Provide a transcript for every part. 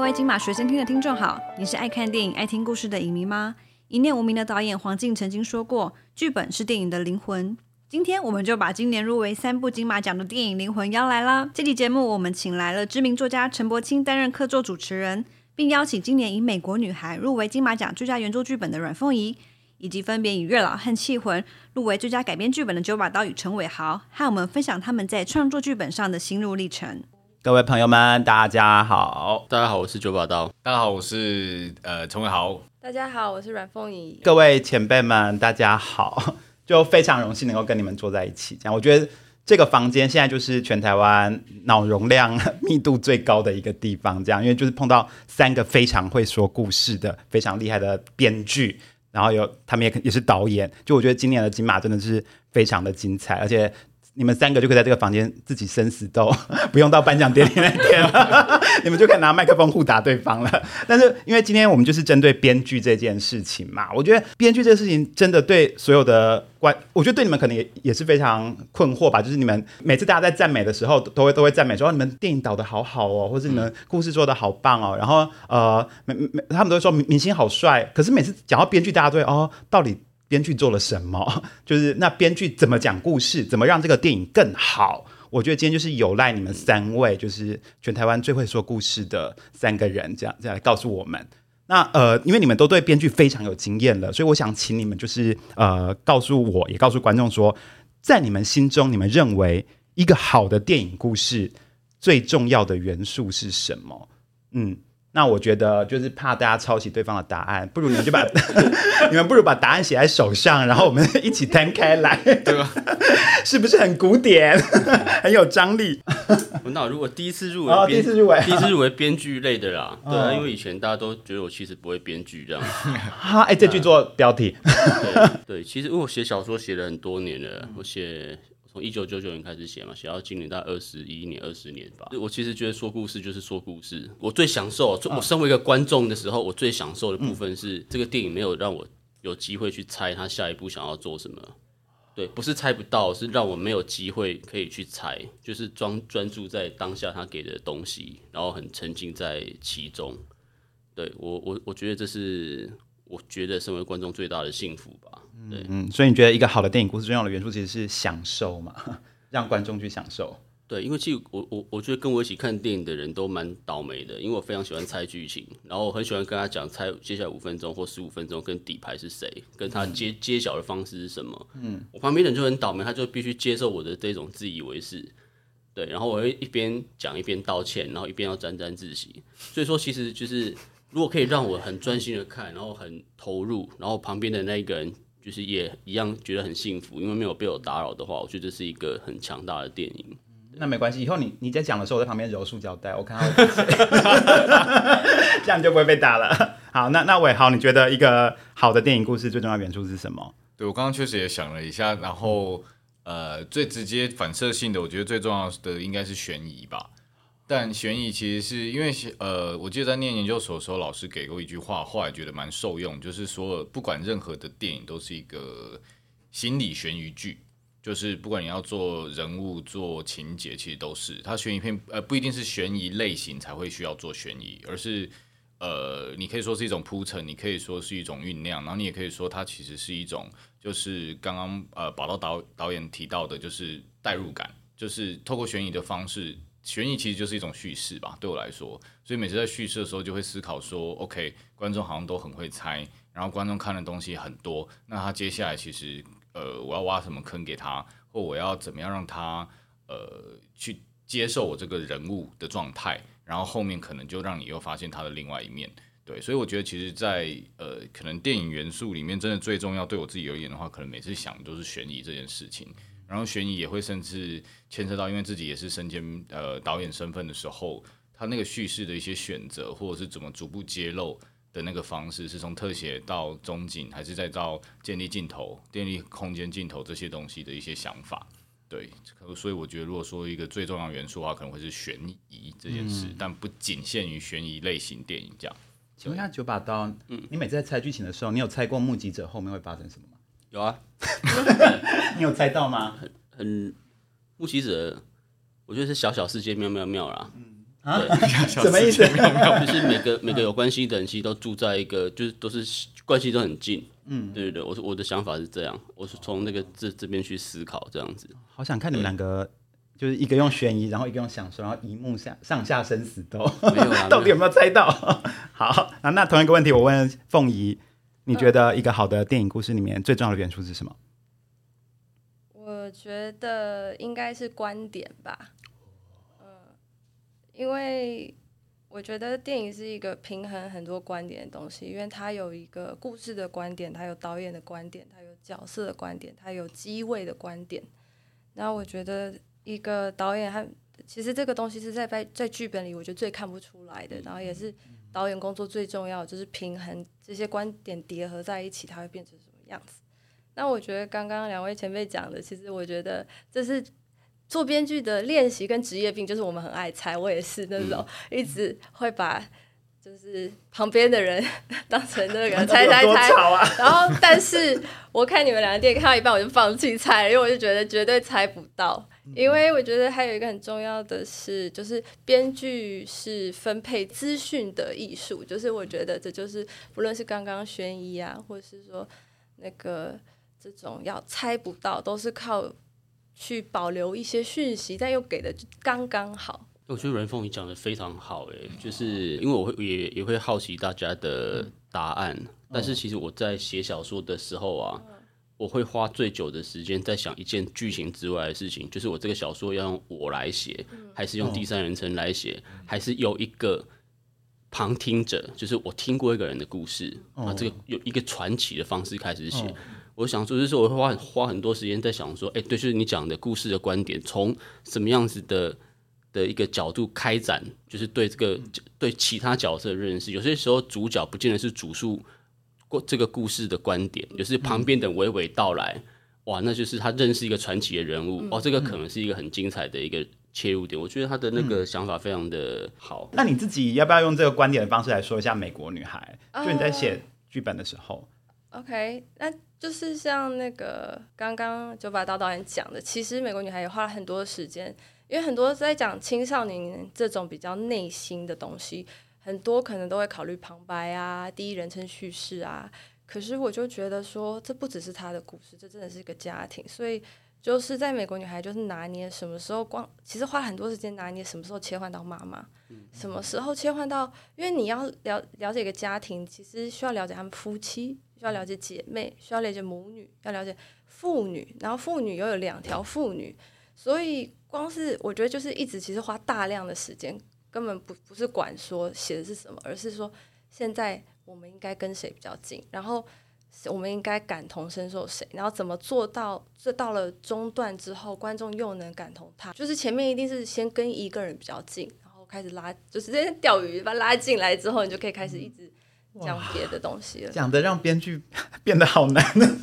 位金马学生厅的听众好，你是爱看电影、爱听故事的影迷吗？一念无名的导演黄进曾经说过，剧本是电影的灵魂。今天我们就把今年入围3部金马奖的电影灵魂邀来啦。这期节目我们请来了知名作家陈柏青担任客座主持人，并邀请今年以《美国女孩》入围金马奖最佳原著剧本的阮凤仪，以及分别以《月老》和《气魂》入围最佳改编剧本的九把刀与陈伟豪，和我们分享他们在创作剧本上的心路历程。 各位朋友们，大家好！ 大家好，我是九把刀。 大家好，我是陈伟豪。 大家好，我是阮凤仪。 各位前辈们，大家好！就非常荣幸能够跟你们坐在一起。这样，我觉得这个房间现在就是全台湾脑容量密度最高的一个地方。这样，因为就是碰到3个非常会说故事的、非常厉害的编剧，然后他们也是导演。就我觉得今年的金马真的是非常的精彩，而且你们3个就可以在这个房间自己生死斗，不用到颁奖典礼那天了，你们就可以拿麦克风互打对方了。但是因为今天我们就是针对编剧这件事情嘛，我觉得编剧这个事情真的对所有的我觉得对你们可能也是非常困惑吧。就是你们每次大家在赞美的时候，都会赞美说你们电影导得好好哦，或是你们故事做得好棒哦。然后他们都会说明星好帅，可是每次讲到编剧，大家都会到底编剧做了什么？就是那编剧怎么讲故事，怎么让这个电影更好？我觉得今天就是有赖你们3位，就是全台湾最会说故事的3个人，这样来告诉我们。那因为你们都对编剧非常有经验了，所以我想请你们就是告诉我，也告诉观众说，在你们心中，你们认为一个好的电影故事最重要的元素是什么？那我觉得就是怕大家抄袭对方的答案，不如你们就把你们不如把答案写在手上，然后我们一起摊开来，对吧？是不是很古典，很有张力？ 那如果第一次入围第一次入围编剧类的啦，对啊，因为以前大家都觉得我其实不会编剧这样。 哈，这句做标题。 对，其实因为我写小说写了很多年了，我从1999年开始写嘛，写到今年大概21年、20年吧。我其实觉得说故事就是说故事。我最享受，我身为一个观众的时候，我最享受的部分是这个电影没有让我有机会去猜他下一步想要做什么。对，不是猜不到，是让我没有机会可以去猜，就是专注在当下他给的东西，然后很沉浸在其中。对，我觉得这是我觉得身为观众最大的幸福吧。对， 所以你觉得一个好的电影故事重要的元素其实是享受嘛，让观众去享受。 对，因为其实我觉得跟我一起看电影的人都蛮倒霉的，因为我非常喜欢猜剧情，然后我很喜欢跟他讲猜接下来5分钟或15分钟跟底牌是谁，跟他揭晓的方式是什么。我旁边人就很倒霉，他就必须接受我的这种自以为是。对，然后我会一边讲一边道歉，然后一边要沾沾自喜。所以说，其实就是如果可以让我很专心的看，然后很投入，然后旁边的那一个人就是也一样觉得很幸福，因为没有被我打扰的话，我觉得这是一个很强大的电影。 那没关系，以后你在讲的时候，我在旁边揉塑胶袋，我看到这样就不会被打了。好，那伟豪，你觉得一个好的电影故事最重要的元素是什么？ 对，我刚刚确实也想了一下，然后最直接反射性的，我觉得最重要的应该是悬疑吧。但悬疑其实是因为我记得在念研究所的时候，老师给过一句话，后来觉得蛮受用，就是说不管任何的电影都是一个心理悬疑剧。就是不管你要做人物、做情节，其实都是它悬疑片，不一定是悬疑类型才会需要做悬疑，而是你可以说是一种铺陈，你可以说是一种酝酿，然后你也可以说它其实是一种，就是刚刚宝刀导演提到的，就是代入感，就是透过悬疑的方式，悬疑其实就是一种叙事吧，对我来说，所以每次在叙事的时候就会思考说 ，OK， 观众好像都很会猜，然后观众看的东西很多，那他接下来其实。我要挖什么坑给他，或我要怎么样让他去接受我这个人物的状态，然后后面可能就让你又发现他的另外一面。对，所以我觉得其实在，可能电影元素里面，真的最重要，对我自己而言的话，可能每次想都是悬疑这件事情。然后悬疑也会甚至牵涉到，因为自己也是身兼导演身份的时候，他那个叙事的一些选择，或者是怎么逐步揭露。的那个方式是从特写到中景，还是再到建立镜头、建立空间镜头这些东西的一些想法，对，所以我觉得如果说一个最重要的元素的话，可能会是悬疑这件事，但不仅限于悬疑类型电影这样。 请问一下九把刀，你每次在猜剧情的时候，你有猜过目击者后面会发生什么吗？ 有啊， 你有猜到吗？ 目击者，我觉得是小小世界妙妙妙啦。 什么意思？ 就是每个有关系的人其实都住在一个，就是都是关系都很近。对对对，我的想法是这样，我是从那个这边去思考这样子。 好想看你们两个，就是一个用悬疑，然后一个用享受，然后一幕上下生死斗， 没有啊， 到底有没有猜到？好，那同一个问题，我问凤仪，你觉得一个好的电影故事里面最重要的元素是什么？ 我觉得应该是观点吧，因为我觉得电影是一个平衡很多观点的东西，因为它有一个故事的观点，它有导演的观点，它有角色的观点，它有机位的观点。然后我觉得一个导演其实这个东西是在剧本里我觉得最看不出来的，然后也是导演工作最重要的，就是平衡这些观点叠合在一起，它会变成什么样子。那我觉得刚刚两位前辈讲的，其实我觉得这是做编剧的练习跟职业病，就是我们很爱猜，我也是那种一直会把就是旁边的人当成那个猜，然后但是我看你们两个电影看到一半我就放弃猜了，因为我就觉得绝对猜不到。因为我觉得还有一个很重要的是，就是编剧是分配资讯的艺术，就是我觉得这就是不论是刚刚悬疑啊，或者是说那个这种要猜不到，都是靠去保留一些讯息，但又给的刚刚好。 我觉得阮凤仪讲的非常好，就是因为我也会好奇大家的答案，但是其实我在写小说的时候啊，我会花最久的时间在想一件剧情之外的事情，就是我这个小说要用我来写，还是用第三人称来写，还是有一个旁听者，就是我听过一个人的故事啊，这个有一个传奇的方式开始写。我想说，就是我会花很多时间在想说，对，就是你讲的故事的观点，从什么样子的一个角度开展，就是对对其他角色的认识。有些时候主角不见得是主述这个故事的观点，就是旁边的娓娓道来，哇，那就是他认识一个传奇的人物，这个可能是一个很精彩的一个切入点。我觉得他的那个想法非常的好。 那你自己要不要用这个观点的方式来说一下《美国女孩》？就你在写剧本的时候。 OK， 那就是像那个刚刚九把刀导演讲的，其实《美国女孩》也花了很多时间，因为很多在讲青少年这种比较内心的东西，很多可能都会考虑旁白啊、第一人称叙事啊。可是我就觉得说，这不只是他的故事，这真的是一个家庭，所以就是在《美国女孩》就是拿捏什么时候其实花了很多时间拿捏什么时候切换到妈妈，什么时候切换到，因为你要了解一个家庭，其实需要了解他们夫妻，需要了解姐妹，需要了解母女，要了解父女，然后父女又有2条父女，所以光是我觉得就是一直其实花大量的时间，根本不是管说写的是什么，而是说现在我们应该跟谁比较近，然后我们应该感同身受谁，然后怎么做到这到了中段之后观众又能感同他，就是前面一定是先跟一个人比较近，然后开始拉，就是这些钓鱼把它拉进来之后，你就可以开始一直讲别的东西了， 讲的让编剧变得好难。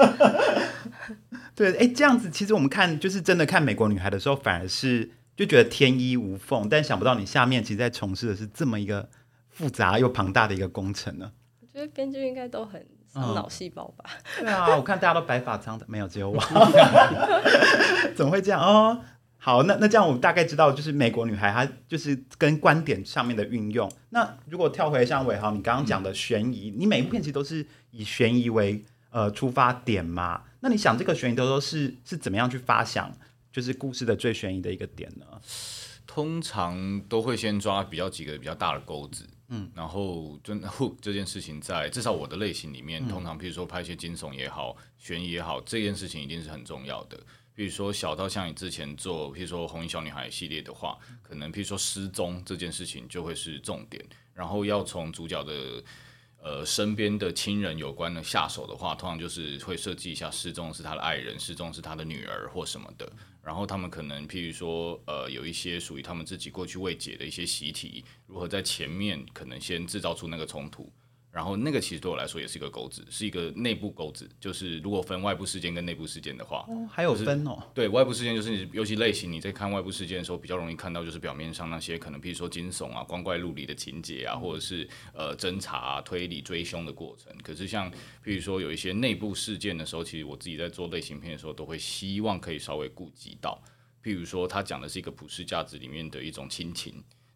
对，这样子其实我们看就是真的看《美国女孩》的时候，反而是就觉得天衣无缝，但想不到你下面其实在从事的是这么一个复杂又庞大的一个工程呢。 我觉得编剧应该都很伤脑细胞吧。 对啊，我看大家都白发苍苍，没有只有我。怎么会这样哦？好，那这样我们大概知道，就是美国女孩她就是跟观点上面的运用。那如果跳回像伟豪你刚刚讲的悬疑，你每一部片其实都是以悬疑为出发点嘛？那你想这个悬疑的时候是怎么样去发想，就是故事的最悬疑的一个点呢？ 通常都会先抓几个比较大的钩子，然后这件事情在至少我的类型里面，通常譬如说拍一些惊悚也好、悬疑也好，这件事情一定是很重要的。比如说小到像你之前做，譬如说红衣小女孩系列的话，可能譬如说失踪这件事情就会是重点，然后要从主角的身边的亲人有关的下手的话，通常就是会设计一下失踪是他的爱人，失踪是他的女儿或什么的，然后他们可能譬如说有一些属于他们自己过去未解的一些习题，如何在前面可能先制造出那个冲突。然后那个其实对我来说也是一个钩子，是一个内部钩子，就是如果分外部事件跟内部事件的话， 还有分哦。 对，外部事件就是尤其类型，你在看外部事件的时候，比较容易看到就是表面上那些可能，譬如说惊悚啊、光怪陆离的情节啊，或者是侦查啊、推理、追凶的过程。可是像譬如说有一些内部事件的时候，其实我自己在做类型片的时候，都会希望可以稍微顾及到，譬如说他讲的是一个普世价值里面的一种亲情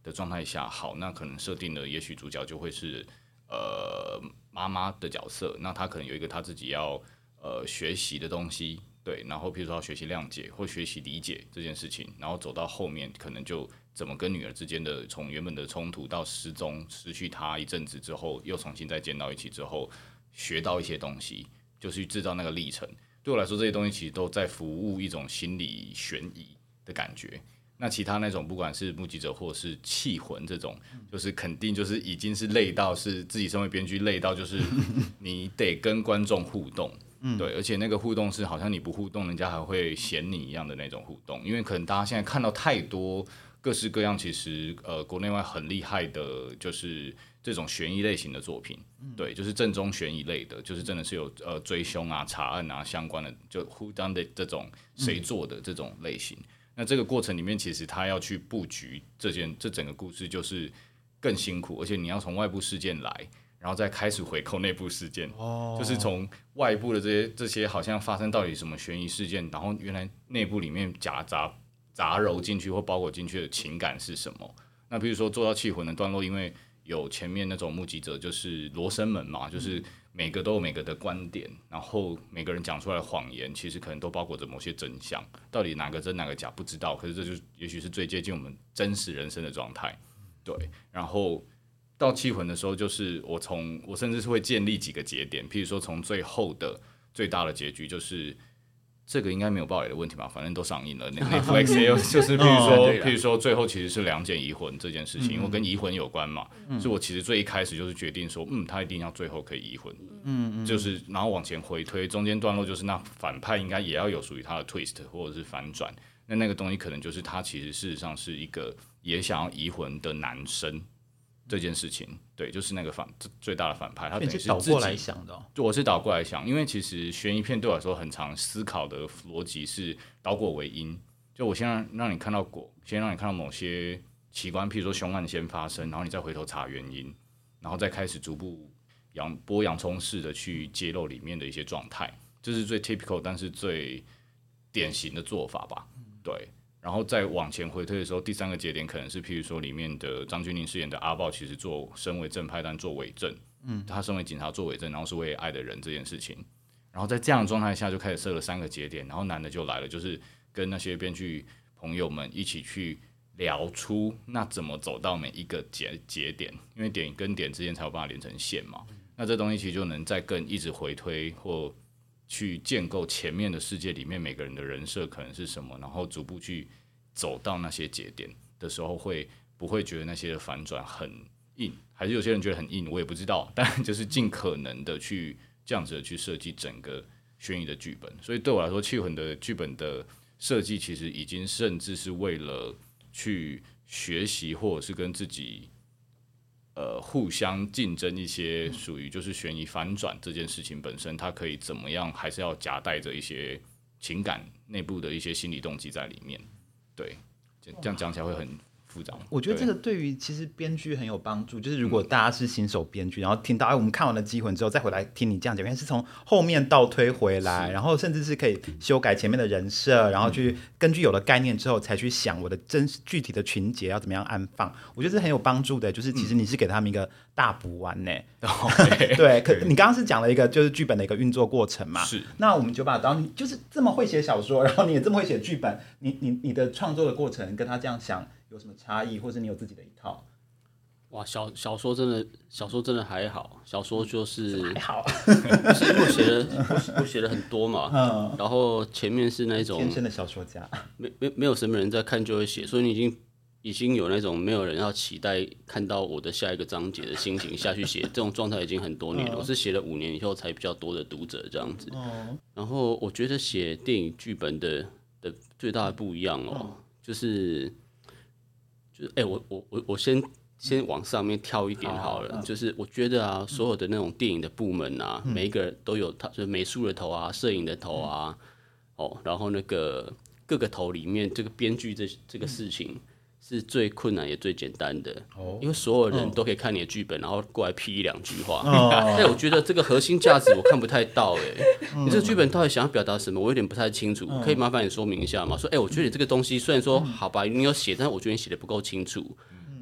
的状态下，好，那可能设定的也许主角就会是妈妈的角色，那他可能有一个他自己要学习的东西，对，然后比如说要学习谅解或学习理解这件事情，然后走到后面可能就怎么跟女儿之间的从原本的冲突到失踪，失去她一阵子之后，又重新再见到一起之后，学到一些东西，就是去制造那个历程。对我来说，这些东西其实都在服务一种心理悬疑的感觉。那其他那种不管是目击者或是气魂这种，就是肯定就是已经是累到是自己身为编剧累到就是你得跟观众互动，对，而且那个互动是好像你不互动，人家还会嫌你一样的那种互动，因为可能大家现在看到太多各式各样，其实国内外很厉害的，就是这种悬疑类型的作品，对，就是正宗悬疑类的，就是真的是有追凶啊、查案啊相关的，就 who done 的这种谁做的这种类型。那这个过程里面，其实他要去布局这整个故事，就是更辛苦，而且你要从外部事件来，然后再开始回扣内部事件，就是从外部的这些好像发生到底什么悬疑事件，然后原来内部里面杂糅进去或包裹进去的情感是什么？那比如说做到气魂的段落，因为有前面那种目击者，就是罗生门嘛，就是每个都有每个的观点，然后每个人讲出来的谎言，其实可能都包裹着某些真相，到底哪个真哪个假不知道，可是这就也许是最接近我们真实人生的状态，对。然后到气魂的时候，就是我甚至是会建立几个节点，譬如说从最后的最大的结局就是。这个应该没有爆雷的问题吧？反正都上映了。Netflix 也有，就是譬如说最后其实是2件移魂这件事情，因为跟移魂有关嘛，所以我其实最一开始就是决定说，他一定要最后可以移魂，就是然后往前回推，中间段落就是那反派应该也要有属于他的 twist 或者是反转，那个东西可能就是他其实事实上是一个也想要移魂的男生。这件事情，对，就是那个最大的反派，他等于是倒过来想的。 我是倒过来想，因为其实悬疑片对我来说很常思考的逻辑是倒果为因，就我先让你看到果，先让你看到某些奇观，譬如说凶案先发生，然后你再回头查原因，然后再开始逐步剥洋葱式的去揭露里面的一些状态，这是最 typical 但是最典型的做法吧，对。然后再往前回推的时候，第3个节点可能是譬如说里面的张钧甯饰演的阿豹，其实身为正派但做伪证，他身为警察做伪证，然后是为爱的人这件事情，然后在这样的状态下就开始设了3个节点，然后难的就来了，就是跟那些编剧朋友们一起去聊出那怎么走到每一个节点，因为点跟点之间才有办法连成线嘛，那这东西其实就能再更一直回推或去建构前面的世界里面每个人的人设可能是什么，然后逐步去走到那些节点的时候，不会觉得那些的反转很硬，还是有些人觉得很硬，我也不知道，但就是尽可能的去这样子的去设计整个悬疑的剧本。所以对我来说，气魂的剧本的设计其实已经甚至是为了去学习或者是跟自己互相竞争一些属于就是悬疑反转这件事情本身，它可以怎么样，还是要夹带着一些情感内部的一些心理动机在里面。对，这样讲起来会很复杂。 我觉得这个对于其实编剧很有帮助，就是如果大家是新手编剧，然后听到我们看完了《机魂》之后，再回来听你这样讲，因为是从后面倒推回来，然后甚至是可以修改前面的人设，然后去根据有了概念之后，才去想我的具体的情节要怎么样安放。我觉得这很有帮助的，就是其实你是给他们一个大补完呢。对，可你刚刚是讲了一个就是剧本的一个运作过程嘛？是。那我们就把当你就是这么会写小说，然后你也这么会写剧本，你的创作的过程跟他这样想。有什么差异，或者你有自己的一套？ 哇，小说真的还好，小说就是还好， 就是我写了很多嘛，然后前面是那种天生的小说家， 没有什么人在看就会写，所以你已经有那种没有人要期待看到我的下一个章节的心情下去写，这种状态已经很多年了。我是写了5年以后才比较多的读者这样子。然后我觉得写电影剧本的最大的不一样就是我先往上面跳一点好了，就是我觉得啊，所有的那种电影的部门啊，每一个人都有他，就是美术的头啊，摄影的头啊，然后那个各个头里面，这个编剧这个事情是最困难也最简单的，因为所有人都可以看你的剧本，然后过来批1-2句话。但我觉得这个核心价值我看不太到你这个剧本到底想要表达什么，我有点不太清楚，可以麻烦你说明一下吗？说我觉得你这个东西虽然说好吧，你有写，但是我觉得你写的不够清楚。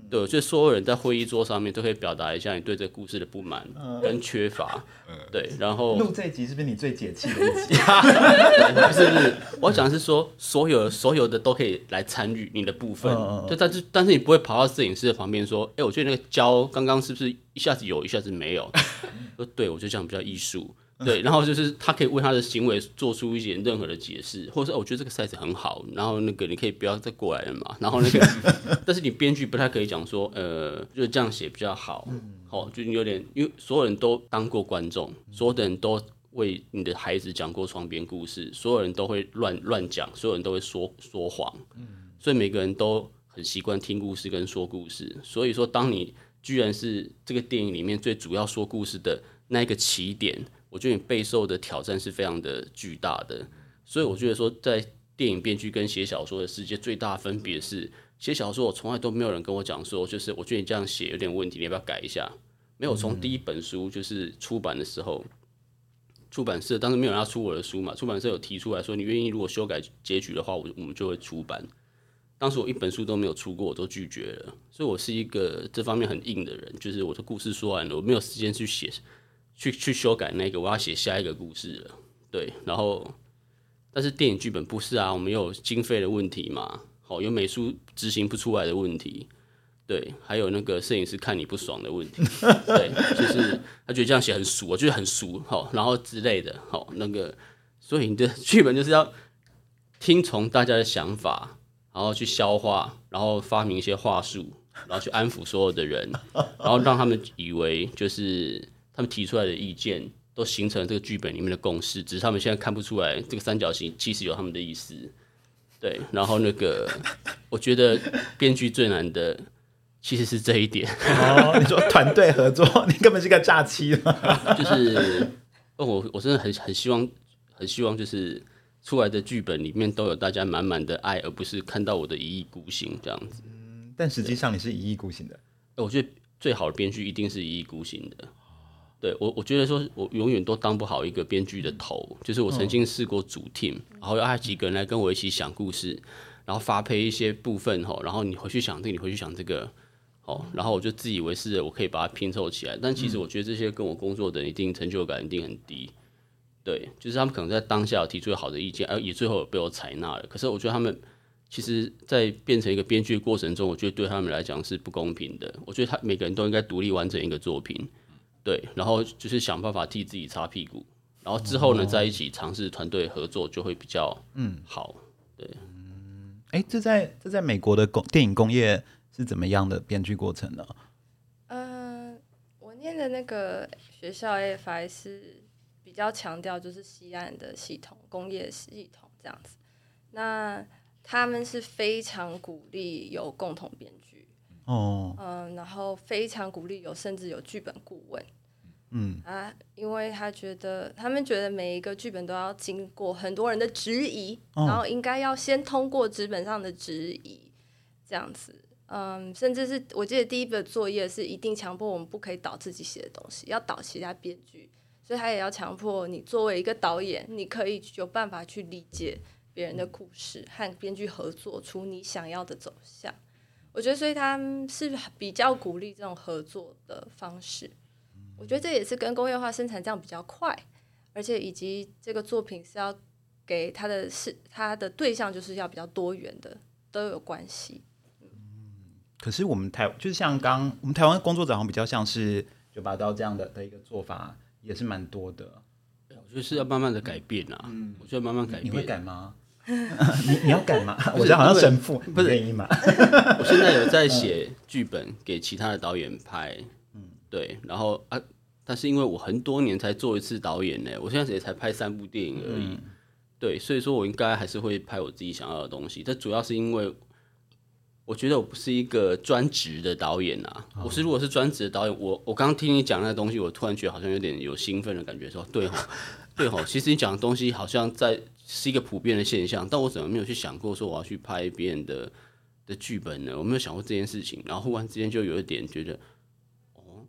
对，所以所有人在会议桌上面都可以表达一下你对这个故事的不满跟缺乏。对，然后录这一集是不是你最解气的一集？ 不是，我讲的是说所有的都可以来参与你的部分。对，但是你不会跑到摄影师的旁边说，我觉得那个胶刚刚是不是一下子有，一下子没有？说对，我觉得这样比较艺术。对，然后就是他可以为他的行为做出一些任何的解释，或者是我觉得这个 size 很好，然后那个你可以不要再过来了嘛。然后那个，但是你编剧不太可以讲说，就是这样写比较好，就有点，因为所有人都当过观众，所有的人都为你的孩子讲过床边故事，所有人都会乱讲，所有人都会说谎，所以每个人都很习惯听故事跟说故事。所以说，当你居然是这个电影里面最主要说故事的那一个起点。我觉得你备受的挑战是非常的巨大的，所以我觉得说，在电影编剧跟写小说的世界最大的分别是，写小说我从来都没有人跟我讲说，就是我觉得你这样写有点问题，你要不要改一下？没有，从第一本书就是出版的时候，出版社当时没有人要出我的书嘛，出版社有提出来说，你愿意如果修改结局的话，我们就会出版。当时我一本书都没有出过，我都拒绝了，所以我是一个这方面很硬的人，就是我的故事说完了，我没有时间去写。去修改那个，我要写下一个故事了，对，然后，但是电影剧本不是啊，我们有经费的问题嘛，有美术执行不出来的问题，对，还有那个摄影师看你不爽的问题，对，就是他觉得这样写很俗，我觉得很俗，然后之类的，那个，所以你的剧本就是要听从大家的想法，然后去消化，然后发明一些话术，然后去安抚所有的人，然后让他们以为就是他们提出来的意见都形成了这个剧本里面的共识，只是他们现在看不出来这个三角形其实有他们的意思。对，然后那个我觉得编剧最难的其实是这一点。 哦，你说团队合作，你根本是个诈欺嘛？ 就是我真的很希望就是出来的剧本里面都有大家满满的爱，而不是看到我的一意孤行这样子。 但实际上你是一意孤行的。 我觉得最好的编剧一定是一意孤行的。对，我觉得说我永远都当不好一个编剧的头，就是我曾经试过主 team，然后要几个人来跟我一起想故事，然后发配一些部分，然后你回去想这个，你回去想这个，然后我就自以为是我可以把它拼凑起来，但其实我觉得这些跟我工作的人一定成就感一定很低。对，就是他们可能在当下有提出好的意见，也最后有被我采纳了，可是我觉得他们其实在变成一个编剧的过程中，我觉得对他们来讲是不公平的。我觉得每个人都应该独立完成一个作品。对，然后就是想办法替自己擦屁股，然后之后呢，在一起尝试团队合作就会比较好。对， 这在美国的电影工业是怎么样的编剧过程呢？ 我念的那个学校 AFI 是比较强调就是西岸的系统、工业系统这样子。那他们是非常鼓励有共同编剧。然后非常鼓励甚至有剧本顾问，因为他们觉得每一个剧本都要经过很多人的质疑，然后应该要先通过纸本上的质疑，这样子，甚至是我记得第一个作业是一定强迫我们不可以导自己写的东西，要导其他编剧，所以他也要强迫你作为一个导演，你可以有办法去理解别人的故事，和编剧合作出你想要的走向。我觉得，所以他们是比较鼓励这种合作的方式。我觉得这也是跟工业化生产这样比较快，而且以及这个作品是要给他的对象就是要比较多元的，都有关系。 可是我们就是像我们台湾工作者好像比较像是9把刀这样的一个做法，也是蛮多的。 我觉得是要慢慢的改变啊。我觉得慢慢改变。 你会改吗？你要改吗？我觉得好像神父，不愿意吗？ 我现在有在写剧本给其他的导演拍，对，然后但是因为我很多年才做一次导演呢，我现在也才拍3部电影而已，对，所以说我应该还是会拍我自己想要的东西。但主要是因为我觉得我不是一个专职的导演啊，如果是专职的导演，我刚刚听你讲那个东西，我突然觉得好像有点有兴奋的感觉，说对吼，其实你讲的东西好像是一个普遍的现象，但我怎么没有去想过说我要去拍别人的剧本呢？我没有想过这件事情，然后忽然之间就有一点觉得，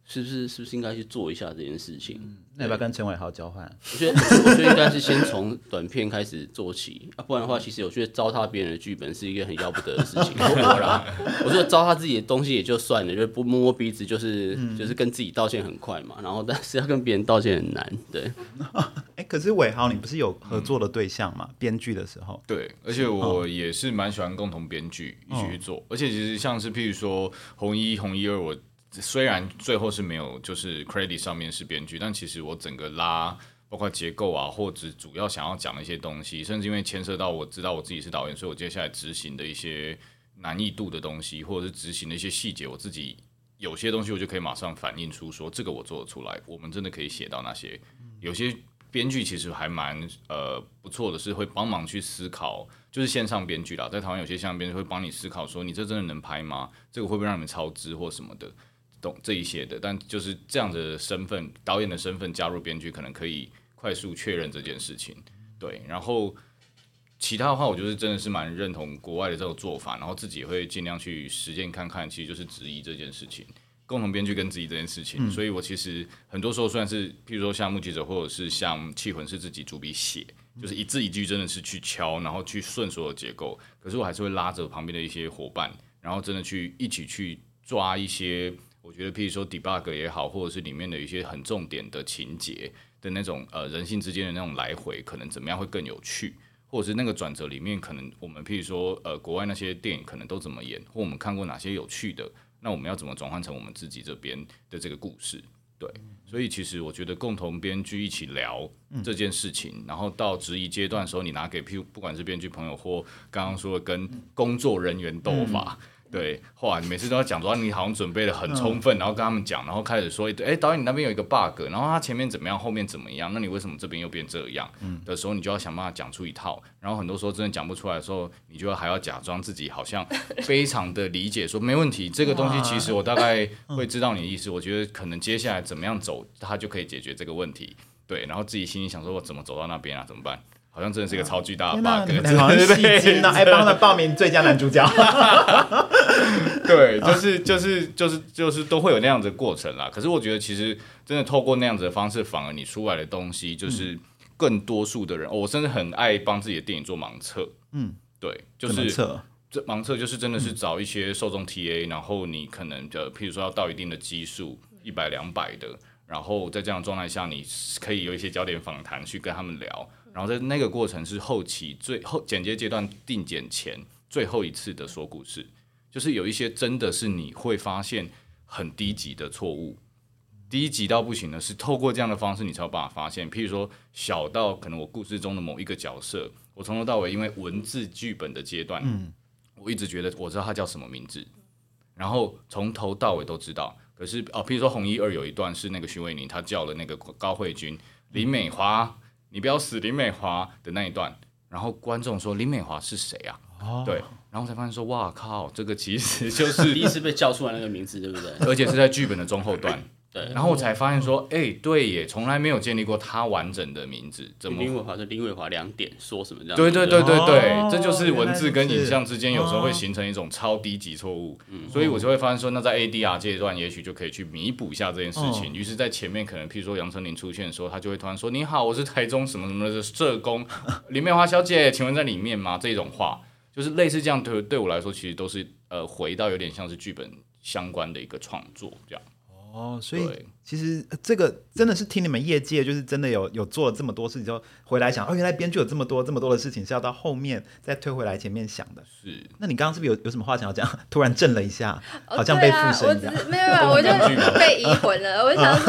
是不是应该去做一下这件事情？ 那要不要跟陈伟豪交换？ 我觉得应该是先从短片开始做起不然的话，其实我觉得糟蹋别人的剧本是一个很要不得的事情。我觉得糟蹋自己的东西也就算了，就不摸摸鼻子，就是跟自己道歉很快嘛，然后但是要跟别人道歉很难，对。 可是伟豪，你不是有合作的对象吗？编剧的时候， 对，而且我也是蛮喜欢共同编剧一起去做，而且其实像是譬如说红一二，我虽然最后是没有就是 credit 上面是编剧，但其实我整个包括结构啊，或者主要想要讲的一些东西，甚至因为牵涉到我知道我自己是导演，所以我接下来执行的一些难易度的东西，或者是执行的一些细节，我自己有些东西我就可以马上反映出说这个我做得出来，我们真的可以写到那些。有些编剧其实还蛮不错的，是会帮忙去思考，就是线上编剧啦，在台湾有些线上编剧会帮你思考说你这真的能拍吗？这个会不会让你们超支或什么的，懂这一些的。但就是这样的身份，导演的身份加入编剧，可能可以快速确认这件事情。对，然后其他的话，我就是真的是蛮认同国外的这种做法，然后自己也会尽量去实践看看，其实就是质疑这件事情。共同编剧跟质疑这件事情，所以我其实很多时候虽然是譬如说像目击者或者是像气魂是自己主笔写，就是一字一句真的是去敲，然后去顺所有结构，可是我还是会拉着旁边的一些伙伴，然后真的去一起去抓一些我觉得譬如说 debug 也好，或者是里面的一些很重点的情节的那种人性之间的那种来回，可能怎么样会更有趣，或者是那个转折里面可能我们譬如说国外那些电影可能都怎么演，或我们看过哪些有趣的，那我们要怎么转换成我们自己这边的这个故事？对，所以其实我觉得共同编剧一起聊这件事情，然后到质疑阶段的时候，你拿给譬如不管是编剧朋友或刚刚说的跟工作人员斗法。对，后来你每次都要讲说你好像准备的很充分，然后跟他们讲，然后开始说，导演你那边有一个 bug， 然后他前面怎么样，后面怎么样，那你为什么这边又变这样？的时候，你就要想办法讲出一套，然后很多时候真的讲不出来的时候，你就还要假装自己好像非常的理解，说没问题，这个东西其实我大概会知道你的意思，我觉得可能接下来怎么样走，它就可以解决这个问题。对，然后自己心里想说，我怎么走到那边啊？怎么办？好像真的是一个超巨大的 bug， 好像戏精啊！帮他们报名最佳男主角。 对，就是都会有那样子的过程啦。可是我觉得其实真的透过那样子的方式，反而你出来的东西就是更多数的人。我甚至很爱帮自己的电影做盲测。对，就是这盲测就是真的是找一些受众 TA， 然后你可能譬如说要到一定的基数，100、200的，然后在这样的状态下，你可以有一些焦点访谈去跟他们聊。然后在那个过程是后期剪接阶段定剪前最后一次的说故事，就是有一些真的是你会发现很低级的错误，低级到不行的是透过这样的方式你才有办法发现。譬如说小到可能我故事中的某一个角色，我从头到尾因为文字剧本的阶段，我一直觉得我知道他叫什么名字，然后从头到尾都知道。可是譬如说红一二有一段是那个徐伟宁他叫了那个高慧君林美华。你不要死林美华的那一段，然后观众说林美华是谁啊？对，然后才发现说哇靠，这个其实就是第一次被叫出来那个名字，对不对？ 而且是在剧本的中后段。 对， 然后我才发现说，对耶，从来没有建立过他完整的名字。怎么林伟华是林伟华2点说什么这样？ 对，这就是文字跟影像之间有时候会形成一种超低级错误。所以我就会发现说，那在 ADR 阶段，也许就可以去弥补一下这件事情。于是，在前面可能譬如说杨丞琳出现的时候，他就会突然说：“你好，我是台中什么什么的社工林美华小姐，请问在里面吗？”这种话就是类似这样，对我来说，其实都是回到有点像是剧本相关的一个创作这样。 所以其实这个真的是听你们业界就是真的有做了这么多事情之后回来想，原来编剧有这么多的事情是要到后面再推回来前面想的。 是， 那你刚刚是不是有什么话想要讲？突然震了一下，好像被附身一样。 没有，我就被移魂了。我就想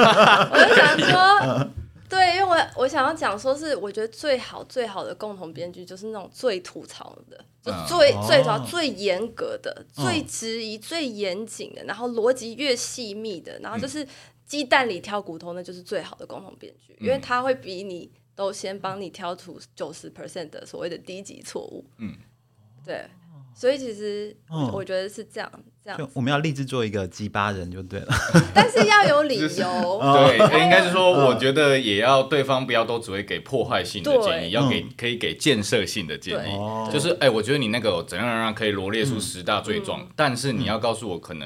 说，对，因为我想要讲说是，我觉得最好的共同编剧就是那种最吐槽的，就最早最严格的、最质疑、最严谨的，然后逻辑越细密的，然后就是鸡蛋里挑骨头，那就是最好的共同编剧，因为他会比你都先帮你挑出90% 的所谓的低级错误。对。所以其实我觉得是这样就我们要立志做一个鸡巴人就对了， 但是要有理由。 对，应该是说，我觉得也要对方不要都只会给破坏性的建议，要可以给建设性的建议。就是我觉得你那个怎样可以罗列出10大罪状，但是你要告诉我可能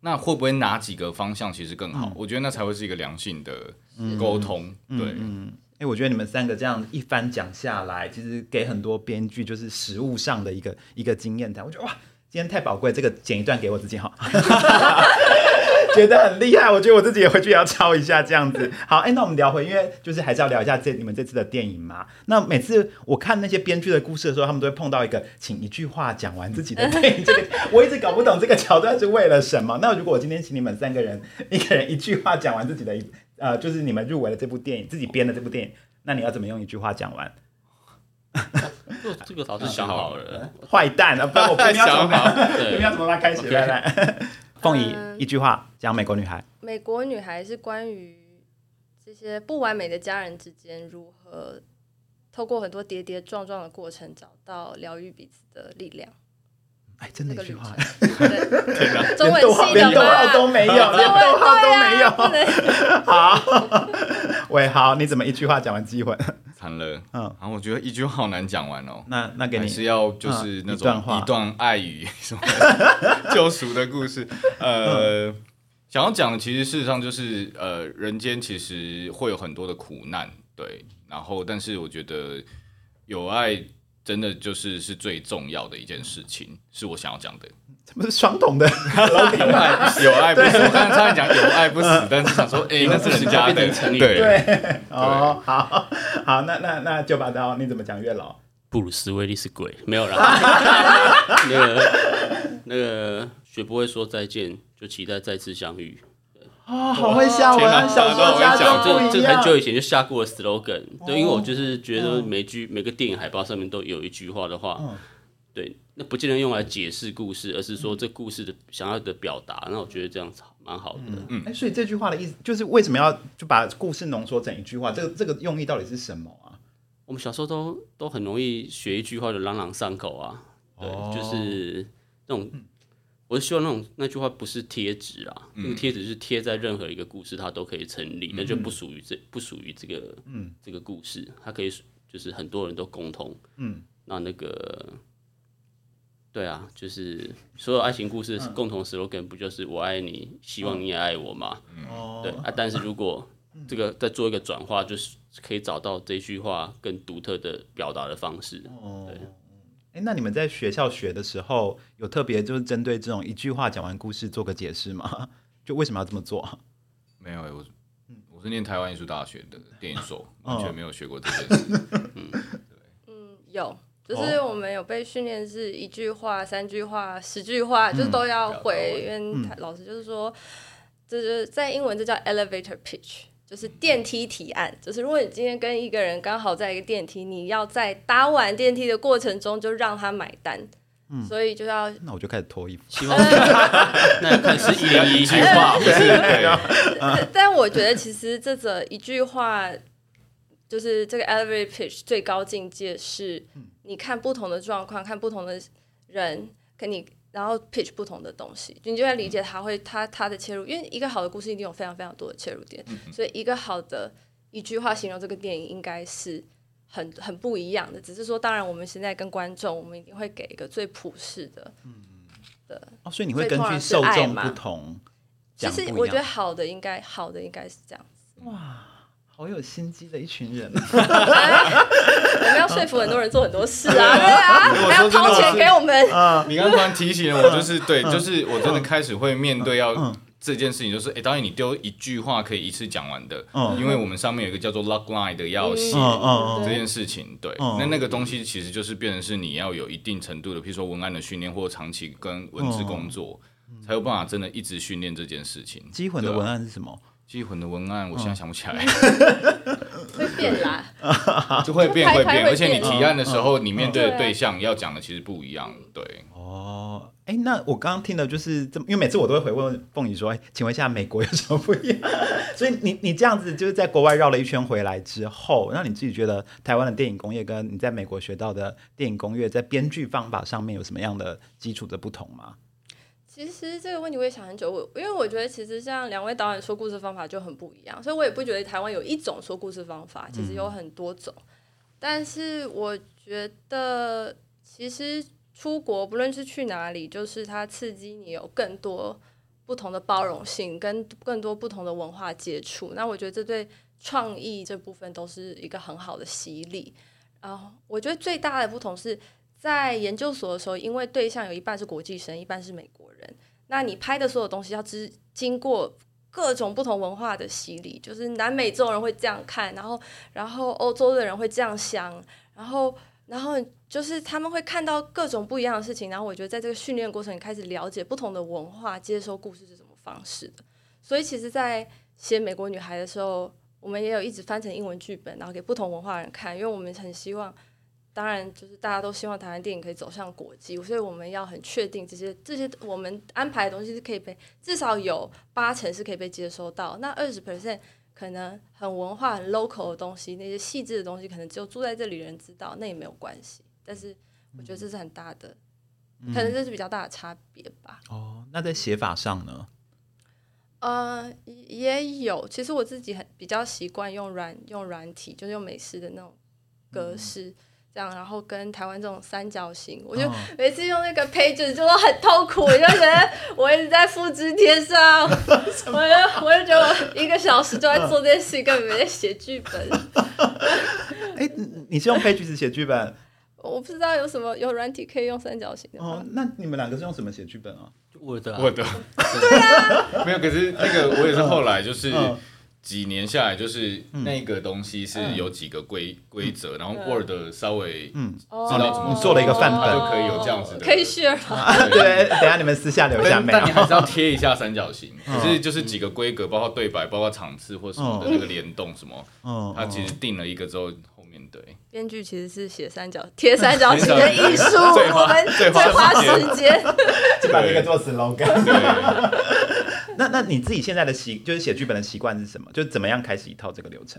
那会不会哪几个方向其实更好？我觉得那才会是一个良性的沟通。对， 我觉得你们3个这样一番讲下来，其实给很多编剧就是实务上的一个经验谈。我觉得哇，今天太宝贵，这个剪一段给我自己哈。觉得很厉害，我觉得我自己也回去也要抄一下这样子。好，那我们聊回，因为就是还是要聊一下你们这次的电影嘛。那每次我看那些编剧的故事的时候，他们都会碰到一个请一句话讲完自己的电影，这个我一直搞不懂这个桥段是为了什么。那如果我今天请你们3个人，一个人一句话讲完自己的就是你们入围的这部电影，自己编的这部电影，那你要怎么用一句话讲完？ 这个早就想好了， 坏蛋啊！不然我偏要想好， 偏要从他开始来。凤仪一句话讲美国女孩。 美国女孩是关于这些不完美的家人之间如何透过很多跌跌撞撞的过程找到疗愈彼此的力量。 真的一句话， 中文系的连逗号都没有，连逗号都没有。好，喂，好，你怎么一句话讲完《机魂》？ 惨了，然后我觉得一句话好难讲完哦。 那给你还是要就是那种一段爱与什么救赎的故事。想要讲的其实事实上就是人间其实会有很多的苦难，对，然后但是我觉得有爱真的就是最重要的一件事情，是我想要讲的。 这不是双筒的有爱不死，我刚才差点讲有爱不死，但是想说，那是人家的， 对，哦，好，那就把刀，你怎么讲月老？ 布鲁斯威利是鬼，没有啦。那个学不会说再见，就期待再次相遇。 好会下文，小说家就不一样。 这很久以前就下过的 slogan，对，因为我就是觉得每个电影海报上面都有一句话的话，对，那不见得用来解释故事，而是说这故事的想要的表达。那我觉得这样蛮好的。 所以这句话的意思就是为什么要就把故事浓缩成一句话？这个用意到底是什么啊？ 我们小时候都很容易学一句话就朗朗上口啊，对，就是那种。我是希望那句话不是贴纸啊，那个贴纸是贴在任何一个故事，它都可以成立，那就不属于这个故事，它可以就是很多人都共同，那个对啊，就是所有爱情故事共同 slogan 不就是我爱你，希望你也爱我嘛，对啊，但是如果这个再做一个转化，就是可以找到这句话更独特的表达的方式，对。 那你们在学校学的时候，有特别就是针对这种一句话讲完故事做个解释吗？就为什么要这么做？ 没有，我是念台湾艺术大学的电影所，完全没有学过这件事。 有，就是我们有被训练是一句话、3句话、10句话，就是都要会。因为老师就是说，就是在英文这叫 elevator pitch。就是电梯提案，就是如果你今天跟一个人刚好在一个电梯，你要在搭完电梯的过程中就让他买单，所以就要那我就开始脱衣服， 希望那可能是一句话，不是。 但我觉得其实这一句话，就是这个 elevator pitch 最高境界是，你看不同的状况，看不同的人，跟你。然后 pitch 不同的东西，你就会理解他的切入，因为一个好的故事一定有非常非常多的切入点，所以一个好的一句话形容这个电影应该是很不一样的。只是说，当然我们现在跟观众，我们一定会给一个最普世的， 所以你会根据受众不同其实我觉得好的应该是这样子。 哇，好有心机的一群人。 我们要说服很多人做很多事啊，对啊，还要掏钱给我们。 你刚刚突然提醒了我，就是对，就是我真的开始会面对这件事情，就是导演你丢一句话可以一次讲完的，因为我们上面有一个叫做 log line 的要写这件事情，对，那个东西其实就是变成是你要有一定程度的，譬如说文案的训练或长期跟文字工作，才有办法真的一直训练这件事情。 机魂的文案是什么？ 机魂的文案我现在想不起来， 会变啦， 就会变，而且你提案的时候，你面对的对象要讲的其实不一样，对。 那我刚刚听的就是因为每次我都会回问凤仪说，请问一下美国有什么不一样？所以你这样子就是在国外绕了一圈回来之后，那你自己觉得台湾的电影工业跟你在美国学到的电影工业在编剧方法上面有什么样的基础的不同吗？ 其实这个问题我也想很久，因为我觉得其实像2位导演说故事方法就很不一样，所以我也不觉得台湾有一种说故事方法，其实有很多种。但是我觉得其实出国不论是去哪里，就是它刺激你有更多不同的包容性，跟更多不同的文化接触。那我觉得这对创意这部分都是一个很好的洗礼。我觉得最大的不同是在研究所的时候，因为对象有一半是国际生，一半是美国人，那你拍的所有东西要经过各种不同文化的洗礼，就是南美洲人会这样看，然后欧洲的人会这样想，然后就是他们会看到各种不一样的事情，然后我觉得在这个训练过程，你开始了解不同的文化接收故事是什么方式的。所以其实在写美国女孩的时候，我们也有一直翻成英文剧本，然后给不同文化人看，因为我们很希望，当然就是大家都希望台湾电影可以走向国际，所以我们要很确定这些我们安排的东西是可以被至少有80%是可以被接收到，那20%可能很文化很 local 的东西，那些细致的东西可能只有住在这里的人知道，那也没有关系。但是我觉得这是很大的，可能这是比较大的差别吧。 那在写法上呢？ 也有。其实我自己比较习惯用软体，就是用美式的那种格式。这样，然后跟台湾这种三角形，我就每次用那个 Pages 就都很痛苦，我就觉得我一直在复制贴上，我就觉得我1个小时就在做这件事，根本没在写剧本。 你是用 Pages 写剧本？ 我不知道有软体可以用三角形的吗？ 那你们2个是用什么写剧本啊 ？Word。 对啊，没有，可是那个我也是后来就是。几年下来，就是那个东西是有几个规则，然后 Word 稍微知道怎么做了一个范本， 就可以有这样子的， 可以 share 对，等一下你们私下留一下， 但你还是要贴一下三角形。可是就是几个规格，包括对白，包括场次或什么的那个联动什么，它其实定了一个之后，后面对编剧其实是写贴三角形的艺术，我们最花时间， 就把这个做 slogan。那你自己现在的就是写剧本的习惯是什么？就是怎么样开始一套这个流程？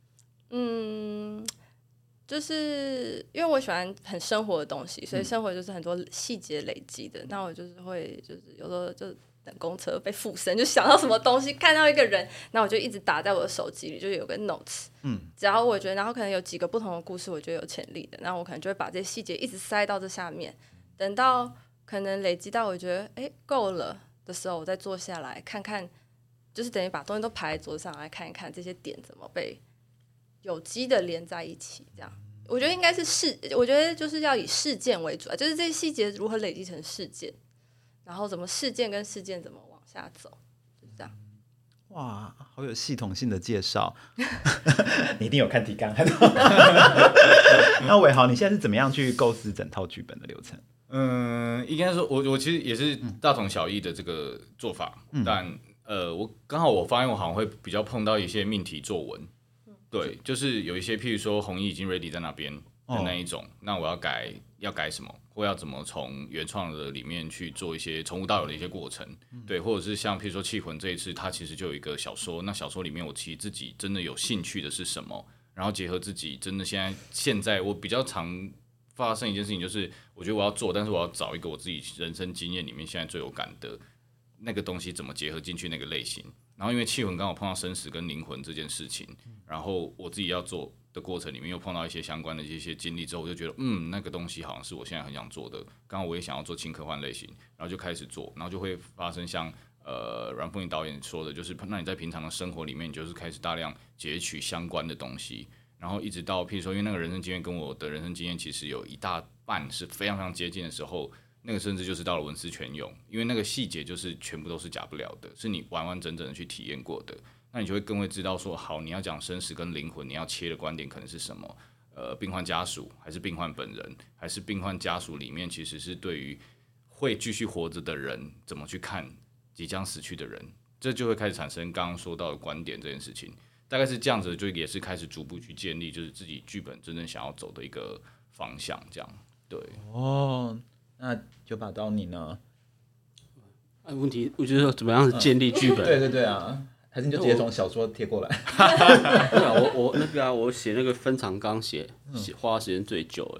就是因为我喜欢很生活的东西，所以生活就是很多细节累积的。那我就是会，就是有时候就等公车被附身，就想到什么东西，看到一个人，那我就一直打在我的手机里，就有个 notes。只要我觉得，然后可能有几个不同的故事，我觉得有潜力的，那我可能就会把这些细节一直塞到这下面，等到可能累积到我觉得够了的时候，我再坐下来看看，就是等于把东西都排在桌子上来看一看这些点怎么被有机的连在一起。这样我觉得应该是我觉得就是要以事件为主，就是这些细节如何累积成事件，然后怎么事件跟事件怎么往下走，就是这样。 哇，好有系统性的介绍。你一定有看提纲。那伟豪，你现在是怎么样去构思整套剧本的流程？ 应该说我其实也是大同小异的这个做法，但我刚好我发现我好像会比较碰到一些命题作文，对，就是有一些譬如说弘毅已经 ready 在那边的那一种，那我要改什么，或要怎么从原创的里面去做一些从无到有的一些过程，对，或者是像譬如说气魂这一次，它其实就有一个小说，那小说里面我其实自己真的有兴趣的是什么，然后结合自己真的现在我比较常发生一件事情，就是我觉得我要做，但是我要找一个我自己人生经验里面现在最有感的那个东西，怎么结合进去那个类型。然后因为气魂刚好碰到生死跟灵魂这件事情，然后我自己要做的过程里面又碰到一些相关的一些经历之后，我就觉得那个东西好像是我现在很想做的。刚好我也想要做轻科幻类型，然后就开始做，然后就会发生像阮凤仪导演说的，就是那你在平常的生活里面，你就是开始大量截取相关的东西。然后一直到譬如说，因为那个人生经验跟我的人生经验其实有一大半是非常非常接近的时候，那个甚至就是到了文思泉涌，因为那个细节就是全部都是假不了的，是你完完整整的去体验过的，那你就会更会知道说，好，你要讲生死跟灵魂，你要切的观点可能是什么？病患家属，还是病患本人，还是病患家属里面其实是对于会继续活着的人怎么去看即将死去的人，这就会开始产生刚刚说到的观点这件事情。大概是这样子，就也是开始逐步去建立，就是自己剧本真正想要走的一个方向，这样对。 那就把到你呢？ 问题我觉得怎么样建立剧本？ 对啊，还是你就直接从小说贴过来？ 我那个我写那个分长纲花时间最久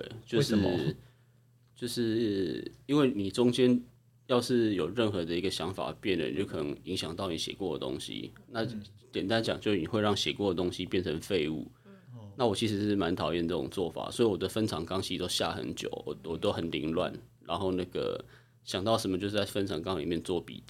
就是因为你中间要是有任何的一个想法变了，你就可能影响到你写过的东西。那简单讲，就是你会让写过的东西变成废物。那我其实是蛮讨厌这种做法，所以我的分长纲其实都下很久，我都很凌乱，然后那个想到什么就是在分长纲里面做笔记，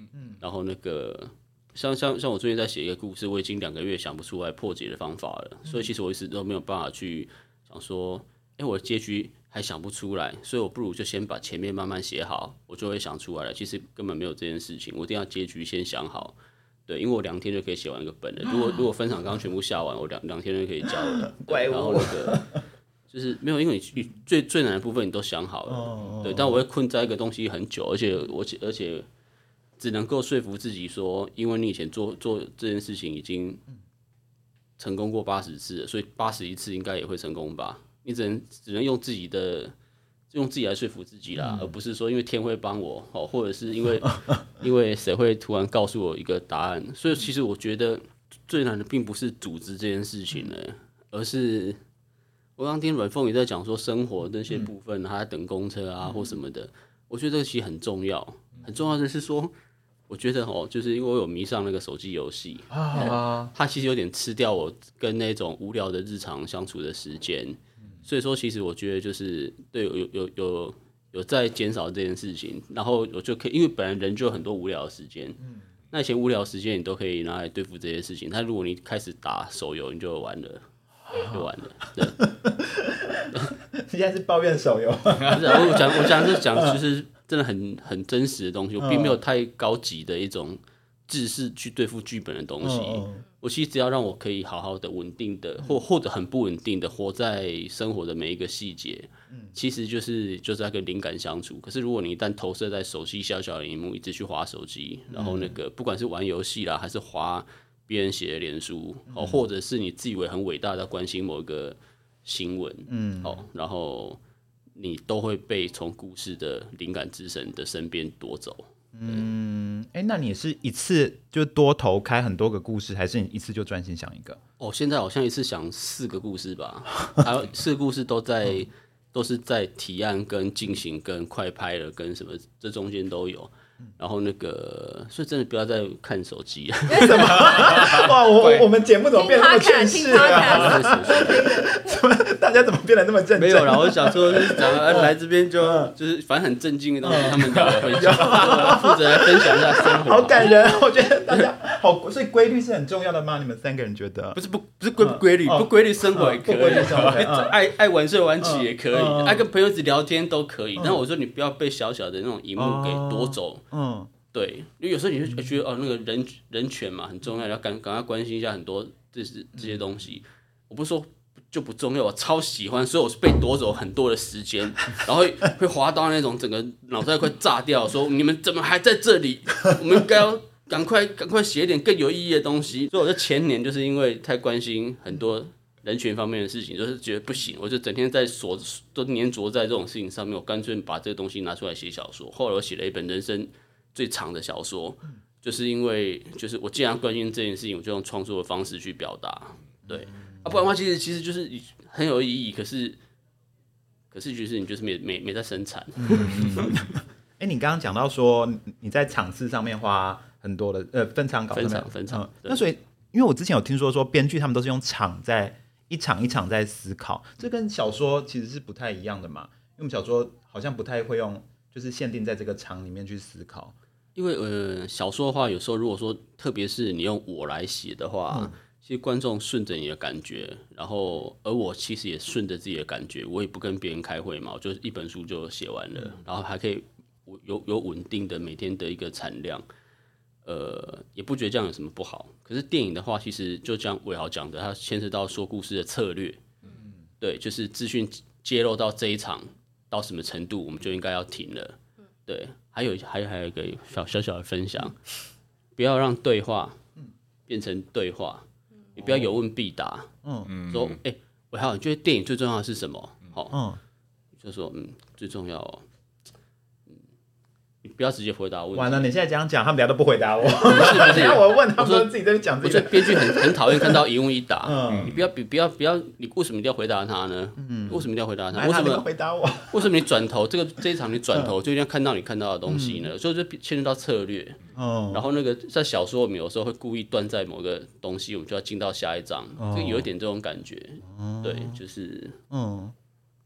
然后那个像我最近在写一个故事，我已经2个月想不出来破解的方法了，所以其实我一直都没有办法去想说，我的结局还想不出来，所以我不如就先把前面慢慢写好，我就会想出来了。其实根本没有这件事情，我一定要结局先想好。对，因为我2天就可以写完一个本了。如果分场刚全部下完，我两天就可以交了。然后那个就是没有，因为你最难的部分你都想好了。对，但我会困在一个东西很久，而且只能够说服自己说，因为你以前做这件事情已经成功过80次了，所以81次应该也会成功吧。你只能用自己来说服自己啦，而不是说因为天会帮我，或者是因为谁会突然告诉我一个答案。所以其实我觉得最难的并不是组织这件事情呢，而是我刚听阮凤仪在讲说生活那些部分，他在等公车啊或什么的，我觉得这个其实很重要。很重要的是说，我觉得就是因为我有迷上那个手机游戏它其实有点吃掉我跟那种无聊的日常相处的时间。所以说，其实我觉得就是对有在减少这件事情，然后我就可以，因为本来人就有很多无聊的时间，那以前无聊的时间你都可以拿来对付这些事情。但如果你开始打手游，你就完了，对。 现在是抱怨手游， 不是我讲就是真的很真实的东西，我并没有太高级的一种知识去对付剧本的东西。我其实只要让我可以好好的稳定的或者很不稳定的活在生活的每一个细节，其实就是在跟灵感相处。可是如果你一旦投射在手机小小的荧幕，一直去滑手机，然后那个不管是玩游戏啦，还是滑别人写的脸书，或者是你自以为很伟大的关心某一个新闻，然后你都会被从故事的灵感之神的身边夺走。 那你是一次就多头开很多个故事，还是你一次就专心想一个？ 现在好像一次想4个故事吧，还有4个故事都是在提案跟进行跟快拍了跟什么，这中间都有。然后那个，所以真的不要再看手机了。 哇，我们节目怎么变得那么正式啊？大家怎么变得那么正？ 没有啦，我想说就是讲来这边就是反正很正经的东西，他们聊会讲，负责来分享一下生活。 好感人，我觉得大家好，所以规律是很重要的吗？你们3个人觉得？ 不是规不规律，不规律生活也可以，爱晚睡晚起也可以，爱跟朋友一起聊天都可以。但我说你不要被小小的那种荧幕给夺走。对，因为有时候你会觉得那个人权嘛很重要，要赶快关心一下很多这些东西。我不是说就不重要，我超喜欢，所以我是被夺走很多的时间，然后会滑到那种整个脑袋快炸掉，说你们怎么还在这里？我们应该要赶快写一点更有意义的东西。所以我在前年就是因为太关心很多人权方面的事情，就是觉得不行，我就整天都黏着在这种事情上面，我干脆把这个东西拿出来写小说。后来我写了一本人生最长的小说，就是因为就是我既然关心这件事情，我就用创作的方式去表达。对不然的话其实就是很有意义，可是就是你就是没在生产。 你刚刚讲到说你在场次上面花很多的分场稿分场， 那所以因为我之前有听说编剧他们都是用场在一场一场在思考，这跟小说其实是不太一样的嘛。因为我们小说好像不太会用，就是限定在这个场里面去思考。 因为小说的话，有时候如果说特别是你用我来写的话，其实观众顺着你的感觉，然后而我其实也顺着自己的感觉，我也不跟别人开会嘛，我就一本书就写完了，然后还可以有稳定的每天的一个产量。也不觉得这样有什么不好。可是电影的话，其实就像伟豪讲的，它牵涉到说故事的策略。对，就是资讯揭露到这一场到什么程度，我们就应该要停了。对，还有一个小小的分享，不要让对话变成对话，你不要有问必答。说伟豪，你觉得电影最重要的是什么？就说最重要你不要直接回答问题。 完了，你现在这样讲，他们俩都不回答我。 不是， 我问他们都自己在讲自己的。 我觉得编剧很讨厌看到一问一答。你不要，你为什么一定要回答他呢？为什么一定要回答他？为什么回答我？ 为什么你转头这一场你转头就一定要看到你看到的东西呢？所以就牵涉到策略。然后那个在小说我们有时候会故意断在某个东西，我们就要进到下一章，就有一点这种感觉。对，就是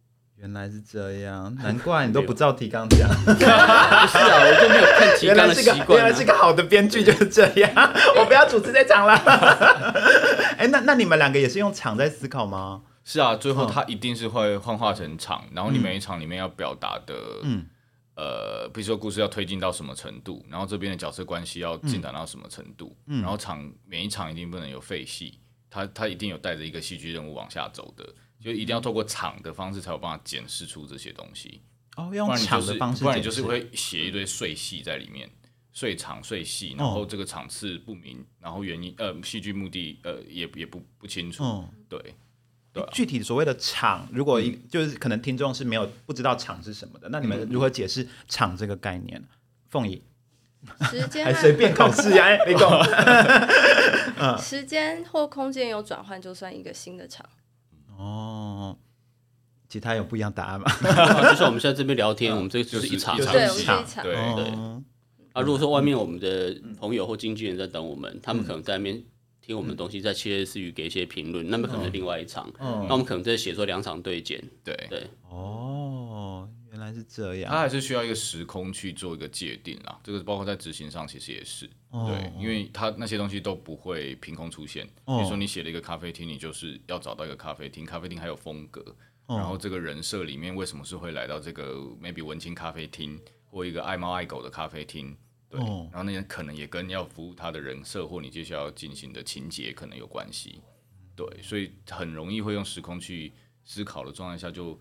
原来是这样，难怪你都不照提纲讲。 不是啊，我就没有看提纲的习惯、 原来是个好的编剧就是这样。我不要主持这场了。那你们两个也是用场在思考吗？ 是啊，最后它一定是会幻化成场，然后你每一场里面要表达的，比如说故事要推进到什么程度，然后这边的角色关系要进展到什么程度，然后每一场一定不能有废戏，它一定有带着一个戏剧任务往下走的。就一定要透过场的方式才有办法检视出这些东西。 用场的方式， 不然你就是会写一堆碎戏在里面，碎场碎戏，然后这个场次不明，然后原因戏剧目的也不清楚。对。 具体所谓的场，如果就是可能听众是不知道场是什么的，那你们如何解释场这个概念？凤仪。 时间还随便考试呀？没懂。 时间或空间有转换，就算一个新的场。 其他有不一样答案吗？ 就像我们现在这边聊天，我们这个就是一场， 对，我们是一场， 对。 如果说外面我们的朋友或经纪人在等我们，他们可能在那边听我们的东西，在窃窃私语给一些评论，那么可能是另外一场。那我们可能在写作2场对剪。对。 原来是这样。 它还是需要一个时空去做一个界定啦，这个包括在执行上其实也是。对，因为它那些东西都不会凭空出现。比如说你写了一个咖啡厅，你就是要找到一个咖啡厅，咖啡厅还有风格，然后这个人设里面为什么是会来到这个 maybe 文青咖啡厅或一个爱猫爱狗的咖啡厅，对，然后那些可能也跟要服务他的人设或你接下来要进行的情节可能有关系，对，所以很容易会用时空去思考的状态下，就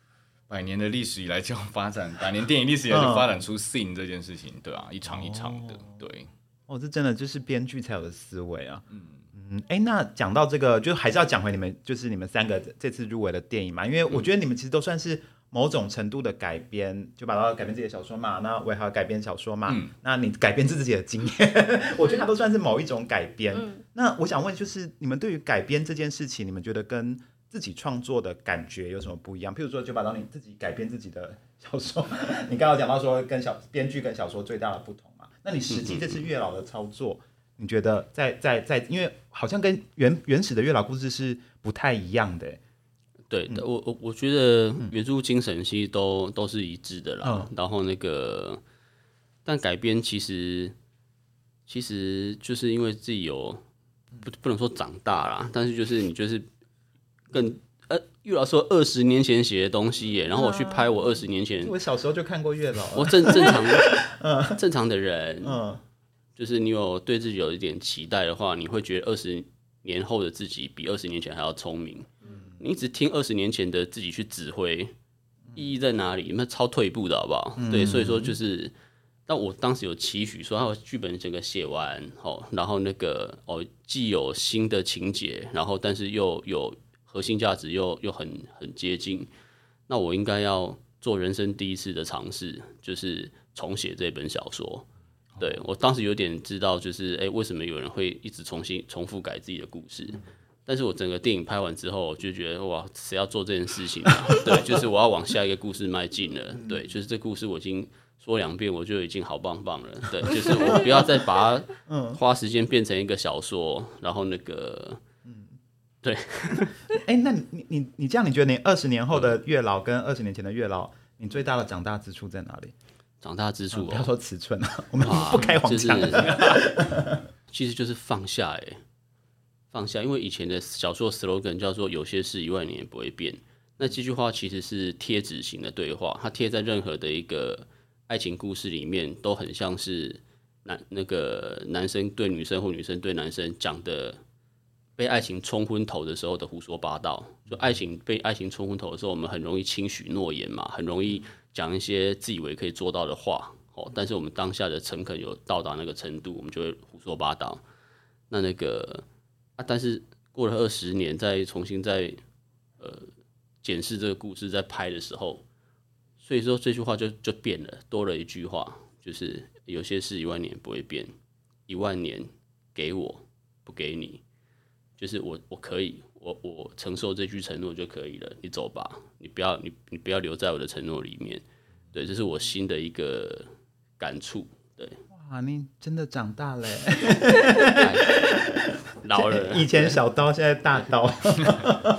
100年的历史以来就发展，100年电影历史以来就发展出 scene 这件事情，对啊，一场一场的，对。 这真的就是编剧才有的思维啊。那讲到这个，就还是要讲回你们，就是你们3个这次入围的电影嘛，因为我觉得你们其实都算是某种程度的改编，就把它改编自己的小说嘛，那我也还有改编小说嘛，那你改编自己的经验，我觉得它都算是某一种改编。那我想问，就是你们对于改编这件事情，你们觉得跟自己创作的感觉有什么不一样？譬如说，就把你自己改编自己的小说，你刚刚讲到说跟编剧跟小说最大的不同嘛，那你实际这次月老的操作，你觉得在因为好像跟原始的月老故事是不太一样的。 对，我觉得原著精神其实都是一致的啦。然后但改编其实就是因为自己有不能说长大啦，但是就是你就是更月老说20年前写的东西耶，然后我去拍我20年前， 我小时候就看过月老， 我正常的人，就是你有对自己有一点期待的话，你会觉得20年后的自己比20年前还要聪明。你一直听20年前的自己去指挥，意义在哪里？那超退步的好不好？对，所以说就是，但我当时有期许说，他剧本整个写完，然后既有新的情节，然后但是又有核心价值又很接近，那我应该要做人生第一次的尝试，就是重写这本小说。对，我当时有点知道，就是为什么有人会一直重复改自己的故事。但是我整个电影拍完之后，我就觉得哇，谁要做这件事情啊？对，就是我要往下一个故事迈进了。对，就是这故事我已经说2遍，我就已经好棒棒了。对，就是我不要再把它花时间变成一个小说，然后对。 那你这样，你觉得你20年后的月老跟20年前的月老，你最大的长大之处在哪里？ 长大之处， 不要说尺寸啊，我们不开黄腔。 其实就是放下放下，因为以前的小说 slogan 叫做有些事10000年也不会变，那这句话其实是贴纸型的对话，它贴在任何的一个爱情故事里面都很像是男生对女生或女生对男生讲的被爱情冲昏头的时候的胡说八道。就被爱情冲昏头的时候，我们很容易轻许诺言嘛，很容易讲一些自以为可以做到的话，但是我们当下的诚恳有到达那个程度，我们就会胡说八道。但是过了20年，再重新检视这个故事，在拍的时候，所以说这句话就变了，多了一句话，就是有些事10000年不会变，10000年给我不给你，就是我可以，我承受这句承诺就可以了，你走吧，你不要留在我的承诺里面。对，这是我新的一个感触。对， 哇，你真的长大了老了， 以前小刀，现在大刀。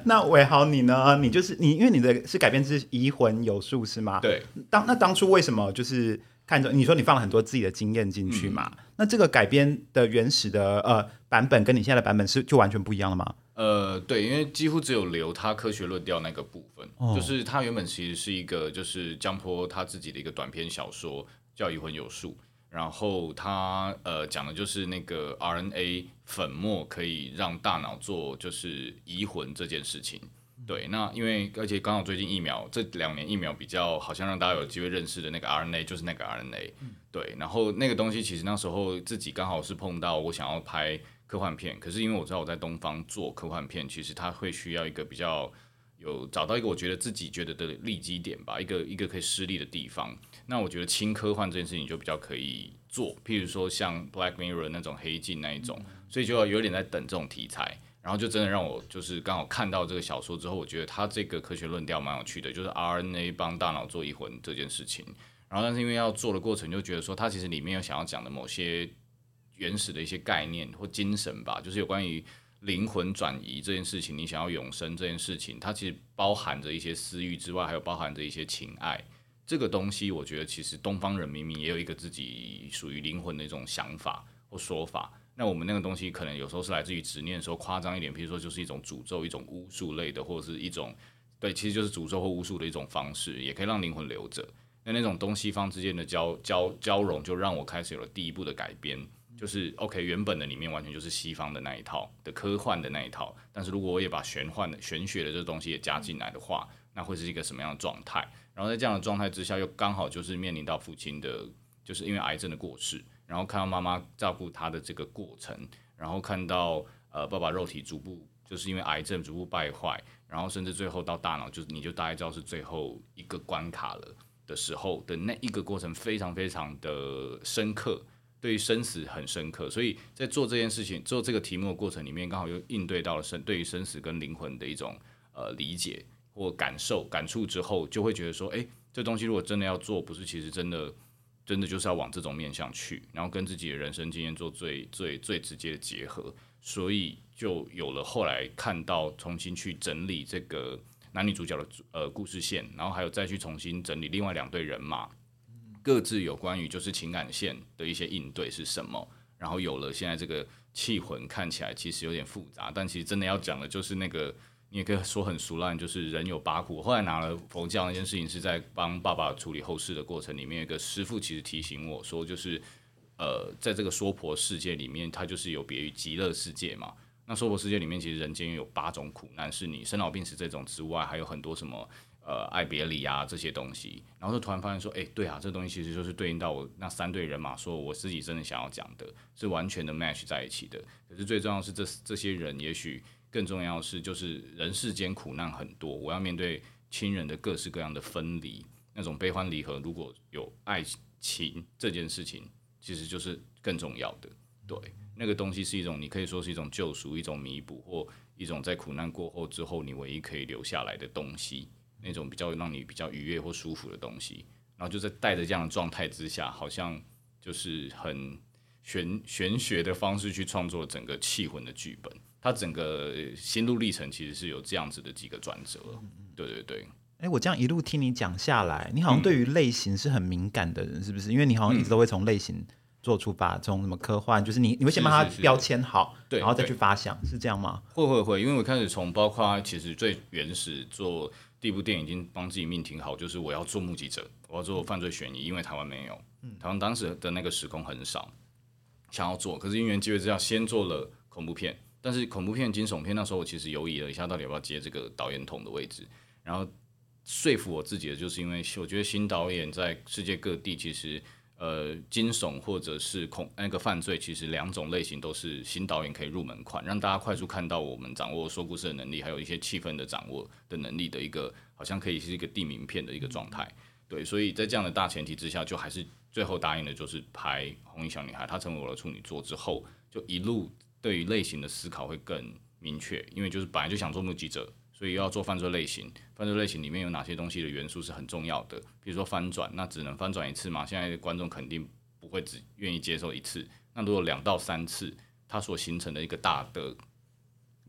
那伟豪你呢？你就是你，因为你的是改编自《移魂有术》是吗？ 对。 当初为什么就是看着你说你放了很多自己的经验进去嘛？那这个改编的原始的版本跟你现在的版本是就完全不一样了吗？ 对，因为几乎只有留他科学论调那个部分，就是他原本其实是一个就是江坡他自己的一个短篇小说叫《移魂有术》，然后他讲的就是那个 RNA 粉末可以让大脑做就是移魂这件事情。对，那因为而且刚好最近疫苗这2年疫苗比较好像让大家有机会认识的那个 RNA 就是那个 RNA，对，然后那个东西其实那时候自己刚好是碰到我想要拍科幻片，可是因为我知道我在东方做科幻片，其实它会需要一个比较有找到一个我觉得自己觉得的利基点吧，一个可以施力的地方。那我觉得轻科幻这件事情就比较可以做，譬如说像 Black Mirror 那种黑镜那一种，所以就有点在等这种题材。然后就真的让我就是刚好看到这个小说之后，我觉得它这个科学论调蛮有趣的，就是 RNA 帮大脑做移魂这件事情。然后但是因为要做的过程，就觉得说它其实里面有想要讲的某些原始的一些概念或精神吧，就是有关于灵魂转移这件事情，你想要永生这件事情，它其实包含着一些私欲之外，还有包含着一些情爱。这个东西，我觉得其实东方人明明也有一个自己属于灵魂的一种想法或说法。那我们那个东西可能有时候是来自于执念的时候夸张一点，比如说就是一种诅咒、一种巫术类的，或者是一种对，其实就是诅咒或巫术的一种方式，也可以让灵魂留着。那种东西方之间的交融，就让我开始有了第一步的改编。就是 OK， 原本的里面完全就是西方的那一套的科幻的那一套，但是如果我也把玄学的这个东西也加进来的话，那会是一个什么样的状态？然后在这样的状态之下，又刚好就是面临到父亲的，就是因为癌症的过世，然后看到妈妈照顾他的这个过程，然后看到爸爸肉体逐步就是因为癌症逐步败坏，然后甚至最后到大脑，就是你就大概知道是最后一个关卡了的时候的那一个过程，非常非常的深刻。对于生死很深刻，所以在做这件事情、做这个题目的过程里面，刚好又应对到了对于生死跟灵魂的一种理解或感触之后，就会觉得说，这东西如果真的要做，不是其实真的就是要往这种面向去，然后跟自己的人生经验做最直接的结合，所以就有了后来看到重新去整理这个男女主角的故事线，然后还有再去重新整理另外2队人马。各自有关于就是情感线的一些应对是什么，然后有了现在这个气魂，看起来其实有点复杂，但其实真的要讲的就是那个你也可以说很俗烂，就是人有8苦。我后来拿了佛教那件事情，是在帮爸爸处理后事的过程里面，有一个师父其实提醒我说，就是在这个娑婆世界里面，它就是有别于极乐世界嘛。那娑婆世界里面，其实人间有8种苦难，是你生老病死这种之外，还有很多什么。爱别离啊这些东西，然后就突然发现说，对啊，这东西其实就是对应到我那3队人马，说我自己真的想要讲的，是完全的 match 在一起的。可是最重要的是这些人，也许更重要的是，就是人世间苦难很多，我要面对亲人的各式各样的分离，那种悲欢离合，如果有爱情这件事情，其实就是更重要的。对，那个东西是一种，你可以说是一种救赎，一种弥补，或一种在苦难过后之后，你唯一可以留下来的东西。那种比较让你比较愉悦或舒服的东西，然后就在带着这样的状态之下，好像就是很玄学的方式去创作整个气魂的剧本。它整个心路历程其实是有这样子的几个转折。对对对。 我这样一路听你讲下来，你好像对于类型是很敏感的人，是不是？因为你好像一直都会从类型做出发，从什么科幻，就是你会先把它标签好，对，然后再去发想，是这样吗？ 会，因为我开始从包括其实最原始做。第一部电影已经帮自己命挺好，就是我要做目击者，我要做犯罪悬疑，因为台湾没有，台湾当时的那个时空很少，想要做，可是因缘机会之下，先做了恐怖片，但是恐怖片、惊悚片那时候我其实犹豫了一下，到底要不要接这个导演筒的位置，然后说服我自己的就是因为我觉得新导演在世界各地其实。惊悚或者是那个犯罪，其实2种类型都是新导演可以入门款，让大家快速看到我们掌握说故事的能力，还有一些气氛的掌握的能力的一个，好像可以是一个地名片的一个状态。对，所以在这样的大前提之下，就还是最后答应的就是拍《红衣小女孩》，她成为我的处女作之后，就一路对于类型的思考会更明确，因为就是本来就想做目击者。所以要做犯罪类型，犯罪类型里面有哪些东西的元素是很重要的？比如说翻转，那只能翻转1次嘛？现在的观众肯定不会只愿意接受1次。那如果2到3次，它所形成的一个大的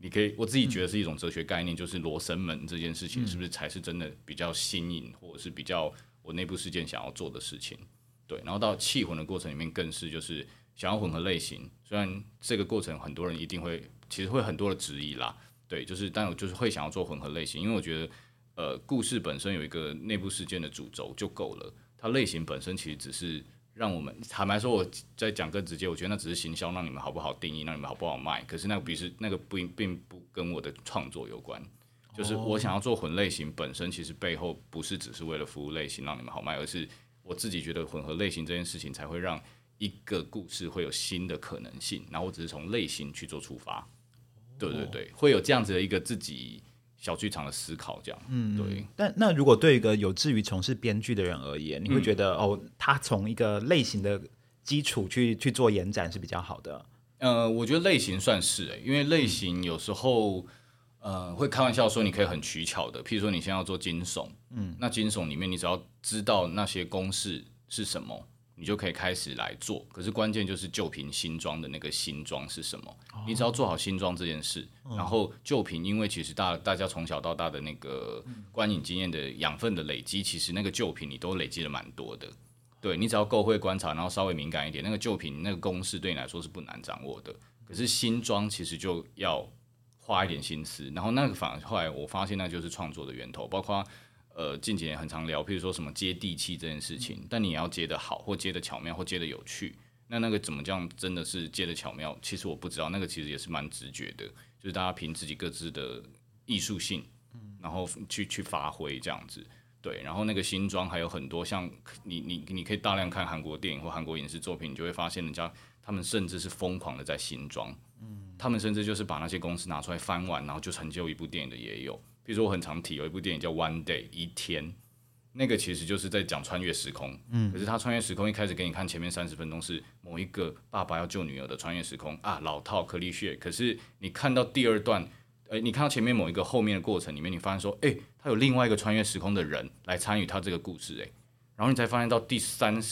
我自己觉得是一种哲学概念，就是罗生门这件事情是不是才是真的比较新颖，或者是比较我内部事件想要做的事情。对，然后到气混的过程里面更是就是想要混合类型，虽然这个过程很多人一定会其实会很多的质疑啦，对，但我就是会想要做混合类型，因为我觉得故事本身有一个内部事件的主轴就够了，它类型本身其实只是让我们坦白说，我在讲更直接，我觉得那只是行销，让你们好不好定义，让你们好不好卖，可是那个并不跟我的创作有关。就是我想要做混类型本身，其实背后不是只是为了服务类型让你们好卖，而是我自己觉得混合类型这件事情才会让一个故事会有新的可能性，然后我只是从类型去做出发，对，会有这样子的一个自己小剧场的思考，这样，对。 但那如果对一个有志于从事编剧的人而言，你会觉得他从一个类型的基础去做延展是比较好的？ 我觉得类型算是因为类型有时候会开玩笑说你可以很取巧的，譬如说你现在要做惊悚，那惊悚里面你只要知道那些公式是什么，你就可以开始来做。可是关键就是旧瓶新装的那个新装是什么，你只要做好新装这件事，然后旧瓶因为其实大家从小到大的那个观影经验的养分的累积，其实那个旧瓶你都累积了蛮多的。对，你只要够会观察，然后稍微敏感一点，那个旧瓶那个公式对你来说是不难掌握的。可是新装其实就要花一点心思，然后那个反而后来我发现那就是创作的源头，包括近几年很常聊，譬如说什么接地气这件事情，但你也要接得好，或接得巧妙，或接得有趣。那个怎么这样真的是接得巧妙？其实我不知道，那个其实也是蛮直觉的，就是大家凭自己各自的艺术性，然后去发挥这样子。对，然后那个新装还有很多，像你可以大量看韩国电影或韩国影视作品，你就会发现人家他们甚至是疯狂的在新装，他们甚至就是把那些公司拿出来翻完，然后就成就一部电影的也有。比如说我很常提有一部电影叫《One Day》一天，那个其实就是在讲穿越时空，可是他穿越时空一开始给你看前面30分钟是某一个爸爸要救女儿的穿越时空啊，老套颗粒血。可是你看到第二段。你看到前面某一个后面的过程里面，你发现说，他有另外一个穿越时空的人来参与他这个故事，然后你才发现到第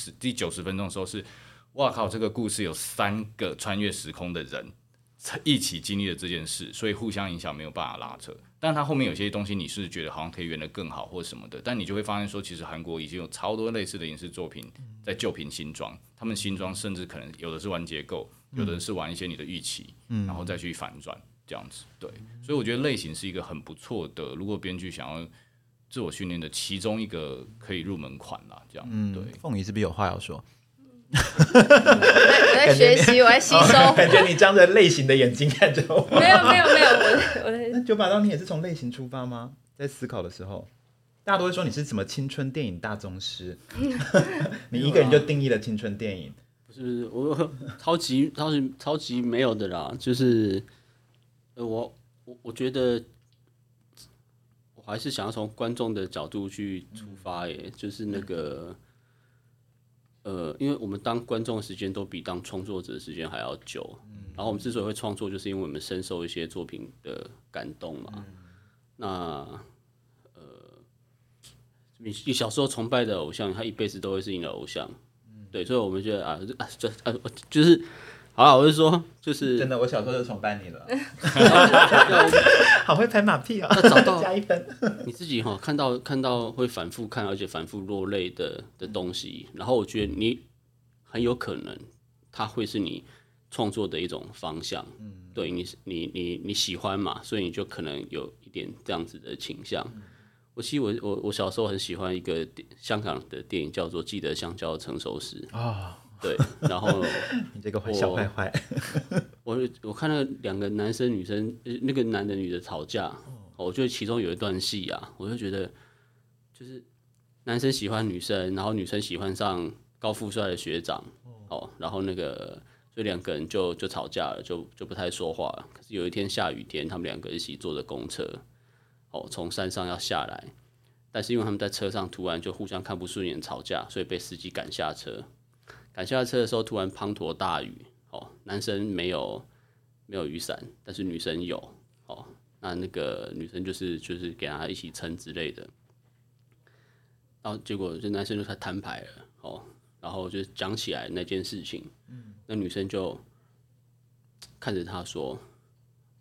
90分钟的时候是，哇靠，这个故事有3个穿越时空的人一起经历了这件事，所以互相影响没有办法拉扯。但他后面有些东西你是觉得好像可以圆得更好或什么的，但你就会发现说，其实韩国已经有超多类似的影视作品在旧瓶新装，他们新装甚至可能有的是玩结构，有的是玩一些你的预期，然后再去反转。这样子，对，所以我觉得类型是一个很不错的，如果编剧想要自我训练的其中一个可以入门款啦。这样，对。 凤仪是不是有话要说？ 我在学习，我在吸收。 感觉你张着类型的眼睛看着我。 没有，我那九把刀，你也是从类型出发吗？在思考的时候，大家都会说你是什么青春电影大宗师，你一个人就定义了青春电影。 不是我超级没有的啦，就是我觉得我还是想要从观众的角度去出发就是那个因为我们当观众的时间都比当创作者的时间还要久，然后我们之所以会创作，就是因为我们深受一些作品的感动嘛。那你小时候崇拜的偶像，他一辈子都会是你的偶像，对，所以我们觉得就是。好了，我是说，就是真的，我小时候就崇拜你了，好会拍马屁啊！ 要找到加1分。 你自己看到会反复看，而且反复落泪的东西，然后我觉得你很有可能，它会是你创作的一种方向。对你喜欢嘛，所以你就可能有一点这样子的倾向。其实我小时候很喜欢一个香港的电影，叫做《记得香蕉成熟时》啊。对，然后你这个小坏坏， 我看到2个男生女生，那个男的女的吵架，我觉得其中有一段戏啊，我就觉得就是男生喜欢女生，然后女生喜欢上高富帅的学长，然后那个所以2个人就吵架了，就不太说话了。可是有一天下雨天，他们2个一起坐着公车，从山上要下来，但是因为他们在车上突然就互相看不顺眼吵架，所以被司机赶下车。赶下车的时候，突然滂沱大雨，男生没有雨伞，但是女生有，那个女生就是给他一起撑之类的，然后结果这男生就摊牌了，然后就讲起来那件事情，那女生就看着他说：“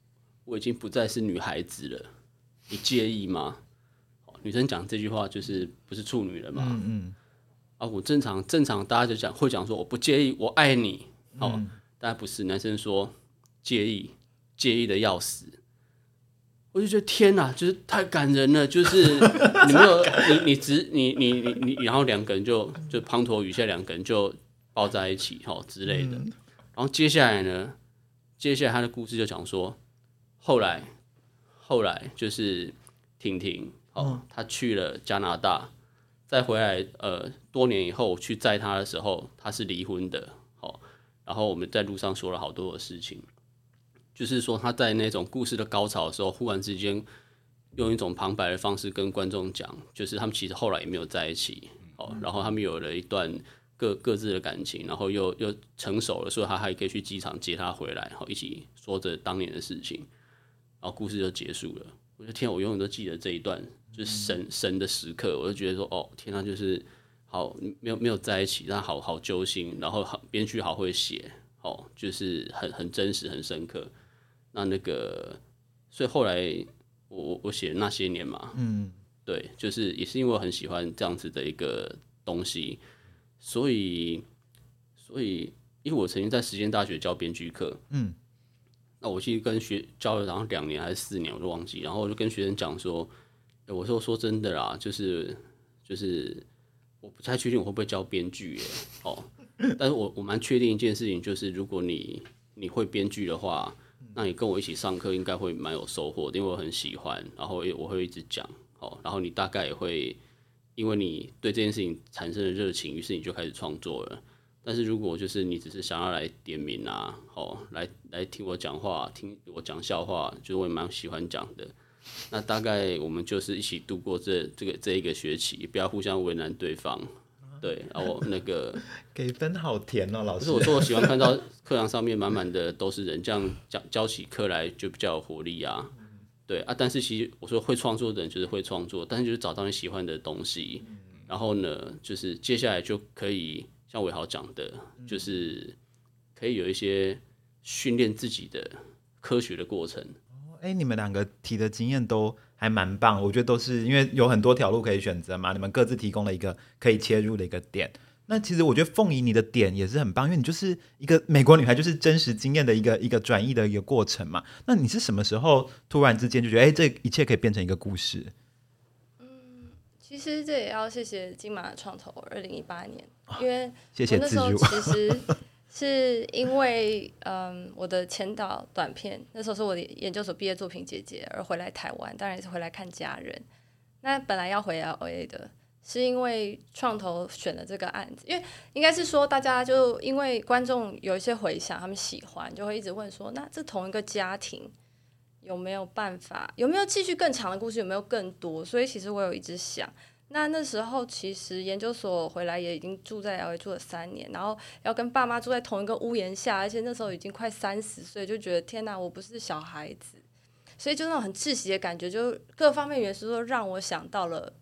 我已经不再是女孩子了，你介意吗？女生讲这句话就是不是处女了嘛？我正常大家就会讲说我不介意，我爱你。当然不是，男生说介意的要死。我就觉得天哪，就是太感人了，就是你没有你，然后两个人就滂沱雨下，两个人就抱在一起之类的。然后接下来他的故事就讲说，后来就是婷婷她去了加拿大，再回来多年以后去载她的时候，她是离婚的。然后我们在路上说了好多的事情，就是说他在那种故事的高潮的时候，忽然之间用一种旁白的方式跟观众讲，就是他们其实后来也没有在一起，然后他们有了一段各自的感情，然后又成熟了，所以他还可以去机场接他回来，然后一起说着当年的事情，然后故事就结束了。我就天，我永远都记得这一段，就是神的时刻，我就觉得说，天哪，就是好没有在一起，但好揪心，然后编剧好会写，就是很真实很深刻。那个，所以后来我写那些年嘛，对，就是也是因为我很喜欢这样子的一个东西，所以因为我曾经在实践大学教编剧课，那我其实跟教了然后2年还是4年，我都忘记，然后我就跟学生讲说，我说真的啦，就是我不太确定我会不会教编剧耶，但是我蛮确定一件事情，就是如果你会编剧的话，那你跟我一起上课应该会蛮有收获的，因为我很喜欢，然后我会一直讲，然后你大概也会因为你对这件事情产生了热情，于是你就开始创作了。但是如果就是你只是想要来点名啊，来听我讲话，听我讲笑话，就是我也蛮喜欢讲的。那大概我们就是一起度过这一个学期，不要互相为难对方。对，然后那个给分好甜哦，老师。 就是我说我喜欢看到课堂上面满满的都是人，这样教起课来就比较有活力啊。对啊，但是其实我说会创作的人就是会创作，但是就是找到你喜欢的东西，然后呢，就是接下来就可以像伟豪讲的，就是可以有一些训练自己的科学的过程。 你们两个提的经验都还蛮棒，我觉得都是因为有很多条路可以选择嘛，你们各自提供了一个可以切入的一个点。那其实我觉得凤仪你的点也是很棒，因为你就是一个美国女孩，就是真实经验的一个转译的一个过程嘛。那你是什么时候突然之间就觉得，这一切可以变成一个故事？ 其实这也要谢谢金马的创投2018年，因为谢谢自助。 我那时候其实是因为我的前导短片，那时候是我的研究所毕业作品姐姐而回来台湾，当然也是回来看家人。那本来要回 LA 的，是因为创投选了这个案子，因为应该是说大家就因为观众有一些回响，他们喜欢，就会一直问说，那这同一个家庭有没有办法，有没有继续更长的故事，有没有更多？所以其实我有一直想。那时候其实研究所回来也已经住在 LA 住了3年，然后要跟爸妈住在同一个屋檐下，而且那时候已经快30岁，就觉得天哪，我不是小孩子，所以就那种很窒息的感觉，就各方面元素都让我想到了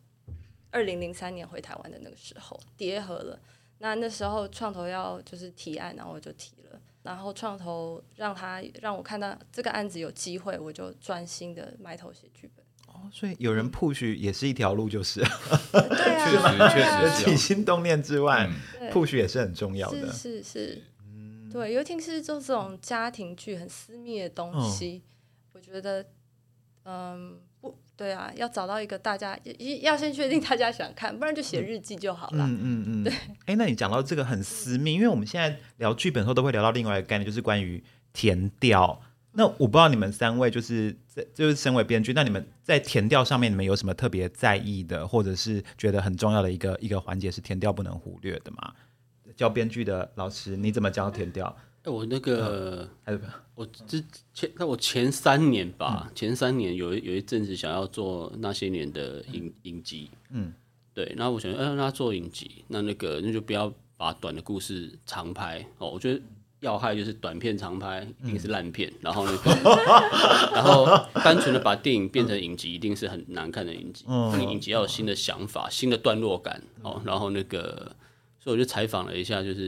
2003年回台湾的那个时候叠合了。那时候创投要就是提案，然后我就提了，然后创投让我看到这个案子有机会，我就专心的埋头写剧本。 所以有人 push 也是一条路，就是对啊， 确实起心动念之外，push 也是很重要的。 是，对，尤其是做这种家庭剧很私密的东西，我觉得，不对啊，要找到一个大家要先确定大家想看，不然就写日记就好了。 对。那你讲到这个很私密，因为我们现在聊剧本的时候都会聊到另外一个概念，就是关于填调。那我不知道你们3位就是身为编剧，那你们在填调上面，你们有什么特别在意的，或者是觉得很重要的一个环节是填调不能忽略的吗？教编剧的老师，你怎么教填调？ 我那个，我前3年吧，前3年有一阵子想要做那些年的影集，对，然后我想让他做影集，那就不要把短的故事长拍我觉得。要害就是短片长拍一定是烂片，然后然后单纯的把电影变成影集，一定是很难看的影集。影集要有新的想法、新的段落感然后所以我就采访了一下，就是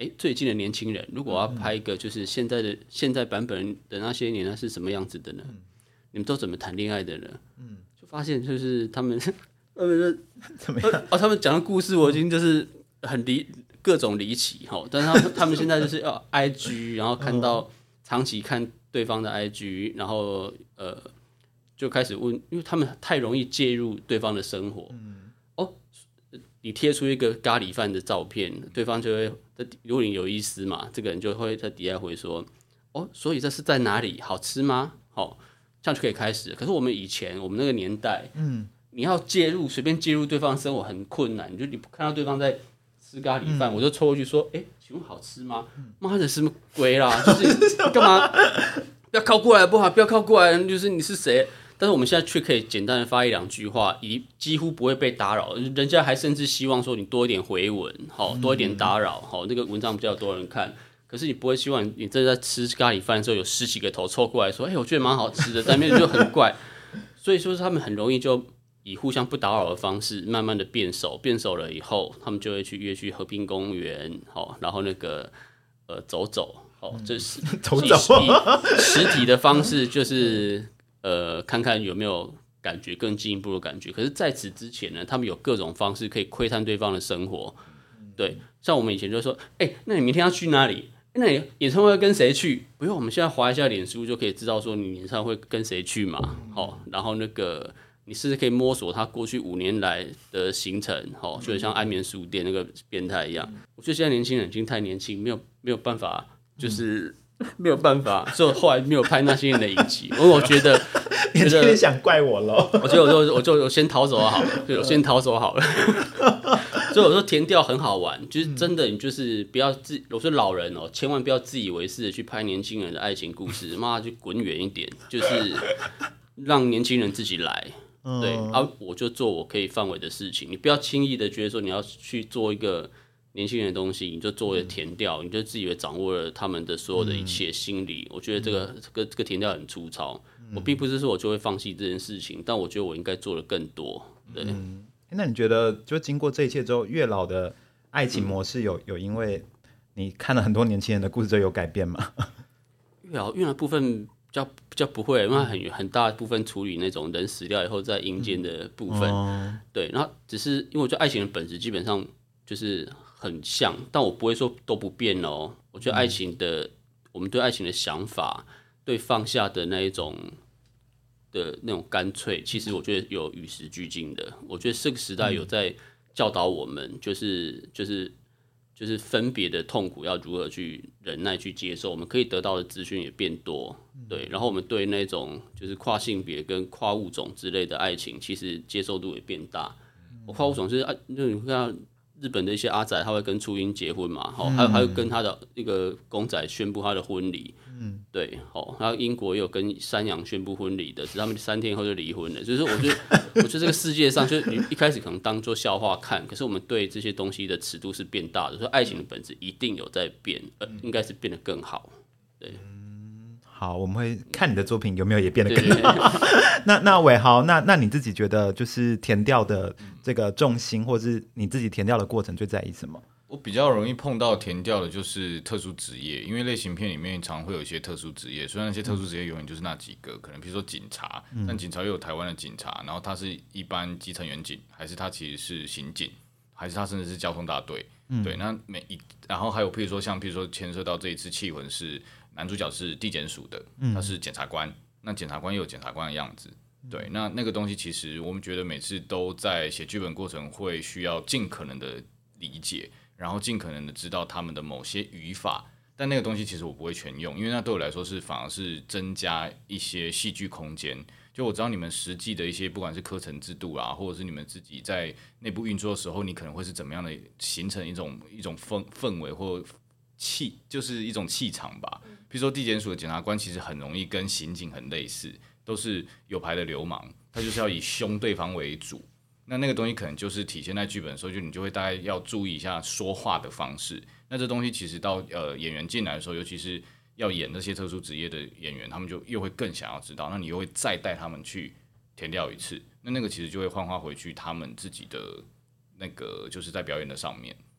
最近的年轻人，如果我要拍一个就是现在版本的那些年，那是什么样子的呢？你们都怎么谈恋爱的呢？就发现就是他们怎么样？ 他们讲的故事我已经就是很各种离奇哈，但是他们现在就是要 IG， 然后看到长期看对方的 IG， 然后就开始问，因为他们太容易介入对方的生活。你贴出一个咖喱饭的照片，对方就会，如果你有意思嘛，这个人就会在底下回说，所以这是在哪里？好吃吗？这样就可以开始。可是我们以前我们那个年代，你要随便介入对方的生活很困难。你看到对方在吃咖喱饭，我就凑过去说，请问好吃吗？妈的，什么鬼啦？就是干嘛？不要靠过来，不好，不要靠过来，就是你是谁？但是我们现在却可以简单的发1-2句话，几乎不会被打扰，人家还甚至希望说你多一点回文，多一点打扰，那个文章比较多人看。可是你不会希望你正在吃咖喱饭的时候有10几个头凑过来说，我觉得蛮好吃的，但那边就很怪。所以说他们很容易就以互相不打扰的方式，慢慢的变熟了以后，他们就会约去和平公园，然后那个走走，这是走走以实体的方式就是。看看有没有感觉更进一步的感觉。可是在此之前呢，他们有各种方式可以窥探对方的生活。对，像我们以前就说，那你明天要去哪里？那你演唱会要跟谁去？不用，我们现在滑一下脸书就可以知道说你演唱会跟谁去嘛。然后那个你甚至可以摸索他过去5年来的行程。就像安眠书店那个变态一样。我觉得现在年轻人已经太年轻，没有办法，就是。没有办法，所以我后来没有拍那些人的影集，因为我觉得你今天想怪我了， 我觉得我就先逃走好了，我先逃走好了。所以我说填调很好玩，就是真的，你就是不要我说老人千万不要自以为是的去拍年轻人的爱情故事，妈就滚远一点，就是让年轻人自己来。对，我就做我可以范围的事情，你不要轻易的觉得说你要去做一个。年轻人的东西，你就作为填调，你就自以为掌握了他们的所有的一切心理。我觉得这个填调很粗糙。我并不是说我就会放弃这件事情，但我觉得我应该做的更多。对， 那你觉得就经过这一切之后，月老的爱情模式有因为你看了很多年轻人的故事之后有改变吗？ 月老部分比较不会，因为很大部分处理那种人死掉以后在阴间的部分。对，然后只是因为我觉得爱情的本质基本上就是很像，但我不会说都不变哦。我觉得我们对爱情的想法，对放下的那种干脆，其实我觉得有与时俱进的。我觉得这个时代有在教导我们，就是分别的痛苦要如何去忍耐去接受，我们可以得到的资讯也变多。对，然后我们对那种就是跨性别跟跨物种之类的爱情，其实接受度也变大。我跨物种就是就你看到日本的一些阿仔，他会跟初音结婚嘛，还有跟他的一个公仔宣布他的婚礼，对，然后英国也有跟山羊宣布婚礼的，只是他们3天后就离婚了。就是我觉得这个世界上，就是你一开始可能当做笑话看，可是我们对这些东西的尺度是变大的，所以爱情的本质一定有在变，应该是变得更好。对。 好，我们会看你的作品有没有也变得更好。那伟豪，那你自己觉得就是填调的这个重心，或是你自己填调的过程最在意什么？ 我比较容易碰到填调的就是特殊职业，因为类型片里面常会有一些特殊职业，虽然那些特殊职业永远就是那几个，可能比如说警察，但警察又有台湾的警察，然后他是一般基层员警，还是他其实是刑警，还是他甚至是交通大队，对，那然后还有譬如说牵涉到这一次气魂是男主角是地检署的，他是检察官，那检察官又有检察官的样子，对，那个东西其实我们觉得每次都在写剧本过程会需要尽可能的理解，然后尽可能的知道他们的某些语法，但那个东西其实我不会全用，因为那对我来说反而是增加一些戏剧空间。就我知道你们实际的一些不管是课程制度啊，或者是你们自己在内部运作的时候，你可能会是怎么样的形成一种氛围或就是一种气场吧。比如说地检署的检察官其实很容易跟刑警很类似，都是有牌的流氓，他就是要以凶对方为主。那个东西可能就是体现在剧本的时候，就你就会大概要注意一下说话的方式。那这东西其实到演员进来的时候，尤其是要演那些特殊职业的演员，他们就又会更想要知道，那你又会再带他们去填掉一次，那个其实就会幻化回去他们自己的那个就是在表演的上面。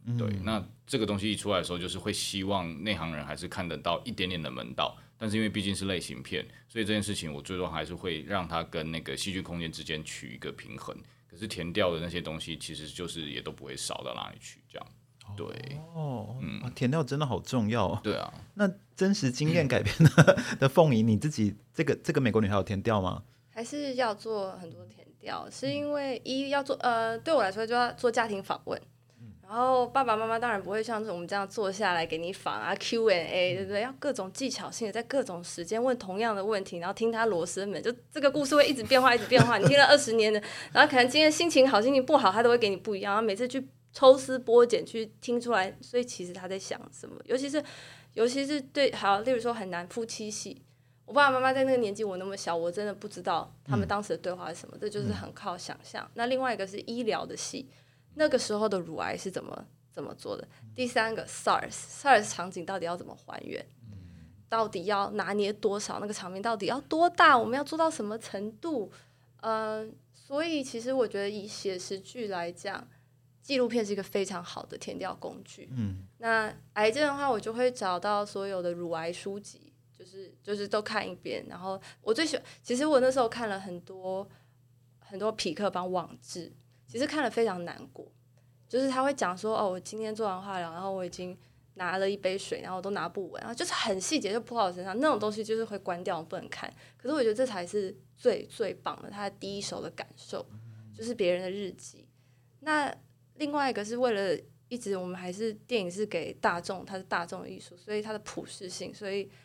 对，那这个东西一出来的时候，就是会希望内行人还是看得到一点点的门道，但是因为毕竟是类型片，所以这件事情我最终还是会让它跟那个戏剧空间之间取一个平衡。可是填掉的那些东西，其实就是也都不会少到哪里去，这样。对， 填掉真的好重要哦。 对啊。 那真实经验改编的凤仪，你自己这个美国女孩有填掉吗？ 还是要做很多填调，是因为要做对我来说就要做家庭访问，然后爸爸妈妈当然不会像我们这样坐下来给你访啊 Q&A， 对不对？要各种技巧性的在各种时间问同样的问题，然后听他罗生门，就这个故事会一直变化，一直变化。你听了20年的，然后可能今天心情好，心情不好，他都会给你不一样。然后每次去抽丝剥茧去听出来，所以其实他在想什么，尤其是对，好，例如说很难夫妻戏。我爸爸妈妈在那个年纪，我那么小，我真的不知道他们当时的对话是什么，这就是很靠想象。那另外一个是医疗的戏，那个时候的乳癌是怎么做的？第三个 SARS 场景到底要怎么还原？到底要拿捏多少？那个场面到底要多大？我们要做到什么程度？所以其实我觉得以写实剧来讲，纪录片是一个非常好的填调工具。那癌症的话，我就会找到所有的乳癌书籍。就是都看一遍，然后我最喜欢，其实我那时候看了很多痞客邦网志，其实看了非常难过，就是他会讲说，我今天做完化疗，然后我已经拿了一杯水，然后我都拿不稳，然后就是很细节就扑到我身上，那种东西就是会关掉，我不能看。可是我觉得这才是最最棒的，他第一手的感受就是别人的日记。那另外一个是为了一直我们还是电影是给大众，它是大众的艺术，所以它的普适性，所以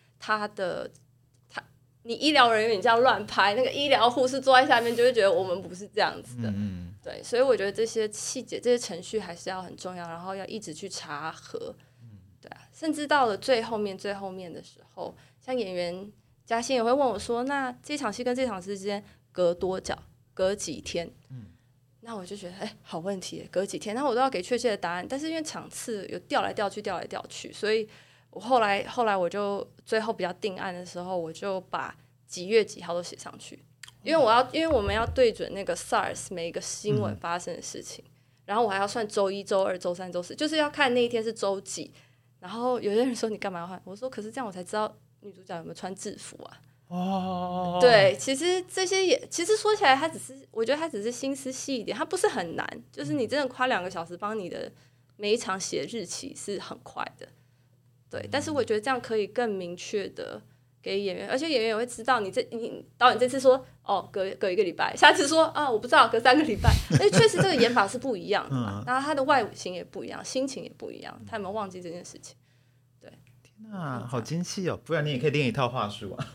你医疗人员你这样乱拍，那个医疗护士坐在下面就会觉得我们不是这样子的。对，所以我觉得这些细节、这些程序还是要很重要，然后要一直去查核。对啊，甚至到了最后面的时候，像演员嘉欣也会问我说：“那这场戏跟这场戏之间隔多久？隔几天？”那我就觉得，好问题，隔几天？那我都要给确切的答案。但是因为场次有调来调去，所以我后来我就最后比较定案的时候，我就把几月几号都写上去，因为我们要对准那个 SARS 每一个新闻发生的事情，然后我还要算周一、周二、周三、周四，就是要看那一天是周几。然后有些人说你干嘛要换？我说可是这样我才知道女主角有没有穿制服啊。对，其实这些其实说起来，我觉得他只是心思细一点，他不是很难，就是你真的花2个小时帮你的每一场写日期是很快的。对，但是我觉得这样可以更明确的给演员，而且演员也会知道你导演这次说隔1个礼拜，下次说我不知道隔3个礼拜，而且确实这个演法是不一样的嘛，然后他的外形也不一样，心情也不一样，他有没有忘记这件事情？对， 天哪，好精细哦！不然你也可以练一套话术啊。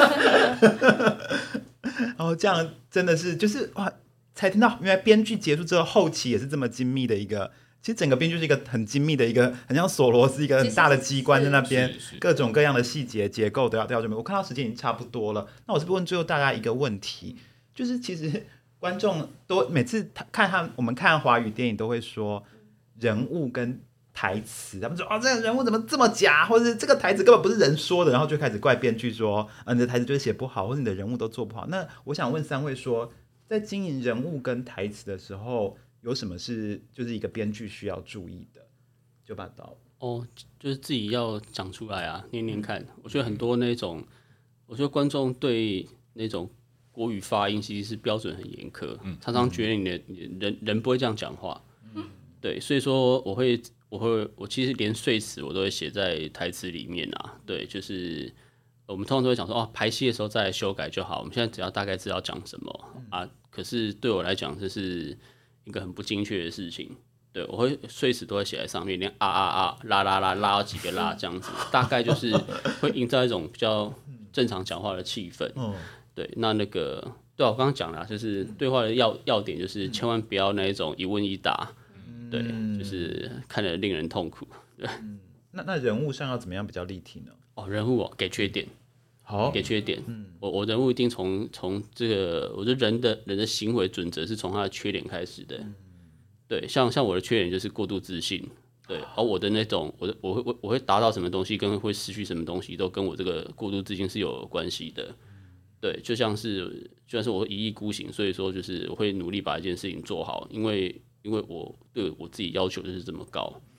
然后这样真的是就是哇，才听到原来编剧结束之后后期也是这么精密的一个。其实整个编剧是一个很精密的一个，很像锁螺丝一个很大的机关在那边，各种各样的细节结构都要准备。我看到时间已经差不多了，那我是不是问最后大家一个问题，就是其实观众都每次我们看华语电影都会说人物跟台词，他们说这个人物怎么这么假，或者是这个台词根本不是人说的，然后就开始怪编剧说你的台词就是写不好，或者你的人物都做不好。那我想问3位说，在经营人物跟台词的时候，有什么是就是一个编剧需要注意的？就把刀就是自己要讲出来啊，念念看。我觉得很多那种，我觉得观众对那种国语发音其实是标准很严苛，常常觉得你的人不会这样讲话。对，所以说我其实连碎词我都会写在台词里面啊。对，就是我们通常都会讲说排戏的时候再来修改就好，我们现在只要大概知道讲什么啊。可是对我来讲，这是一个很不精确的事情。对，我会碎词都会写在上面，连啦到几个啦这样子，大概就是会营造一种比较正常讲话的气氛。对，那个对我刚刚讲了，就是对话的要点就是千万不要那一种一问一答。对，就是看得令人痛苦。对， 那人物上要怎么样比较立体呢？ 人物给缺点，给缺点。我人物一定从这个，我觉得人的行为准则是从他的缺点开始的。对，像我的缺点就是过度自信。对，而我的那种，我会达到什么东西，跟会失去什么东西，都跟我这个过度自信是有关系的。对，就像是我一意孤行，所以说就是我会努力把一件事情做好，因为我对我自己要求就是这么高。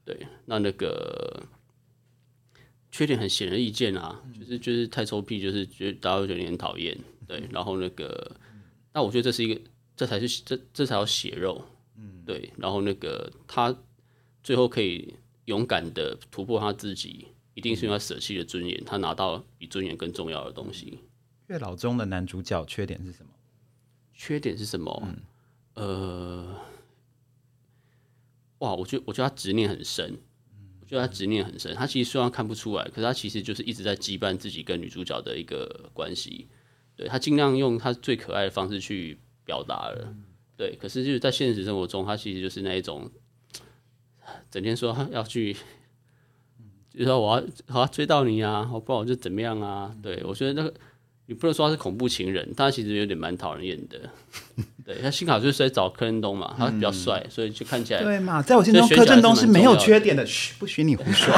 对，那个缺点很显而易见啊，就是太臭屁，就是觉得大家会觉得你很讨厌。对，然后那我觉得这是一个，这才要血肉。对，然后他最后可以勇敢的突破他自己，一定是因为他舍弃了尊严，他拿到比尊严更重要的东西。 月老中的男主角缺点是什么？ 缺点是什么？我觉得他执念很深。他其实虽然看不出来，可是他其实就是一直在羁绊自己跟女主角的一个关系。对，他尽量用他最可爱的方式去表达了。对，可是就是在现实生活中，他其实就是那一种整天说要去，就是说我要追到你啊，不然我就怎么样啊。对，我觉得你不能说他是恐怖情人，他其实有点蛮讨人厌的。对，他幸好就是在找柯震东嘛，他比较帅，所以就看起来对嘛，在我心中柯震东是没有缺点的。嘘，不许你胡说。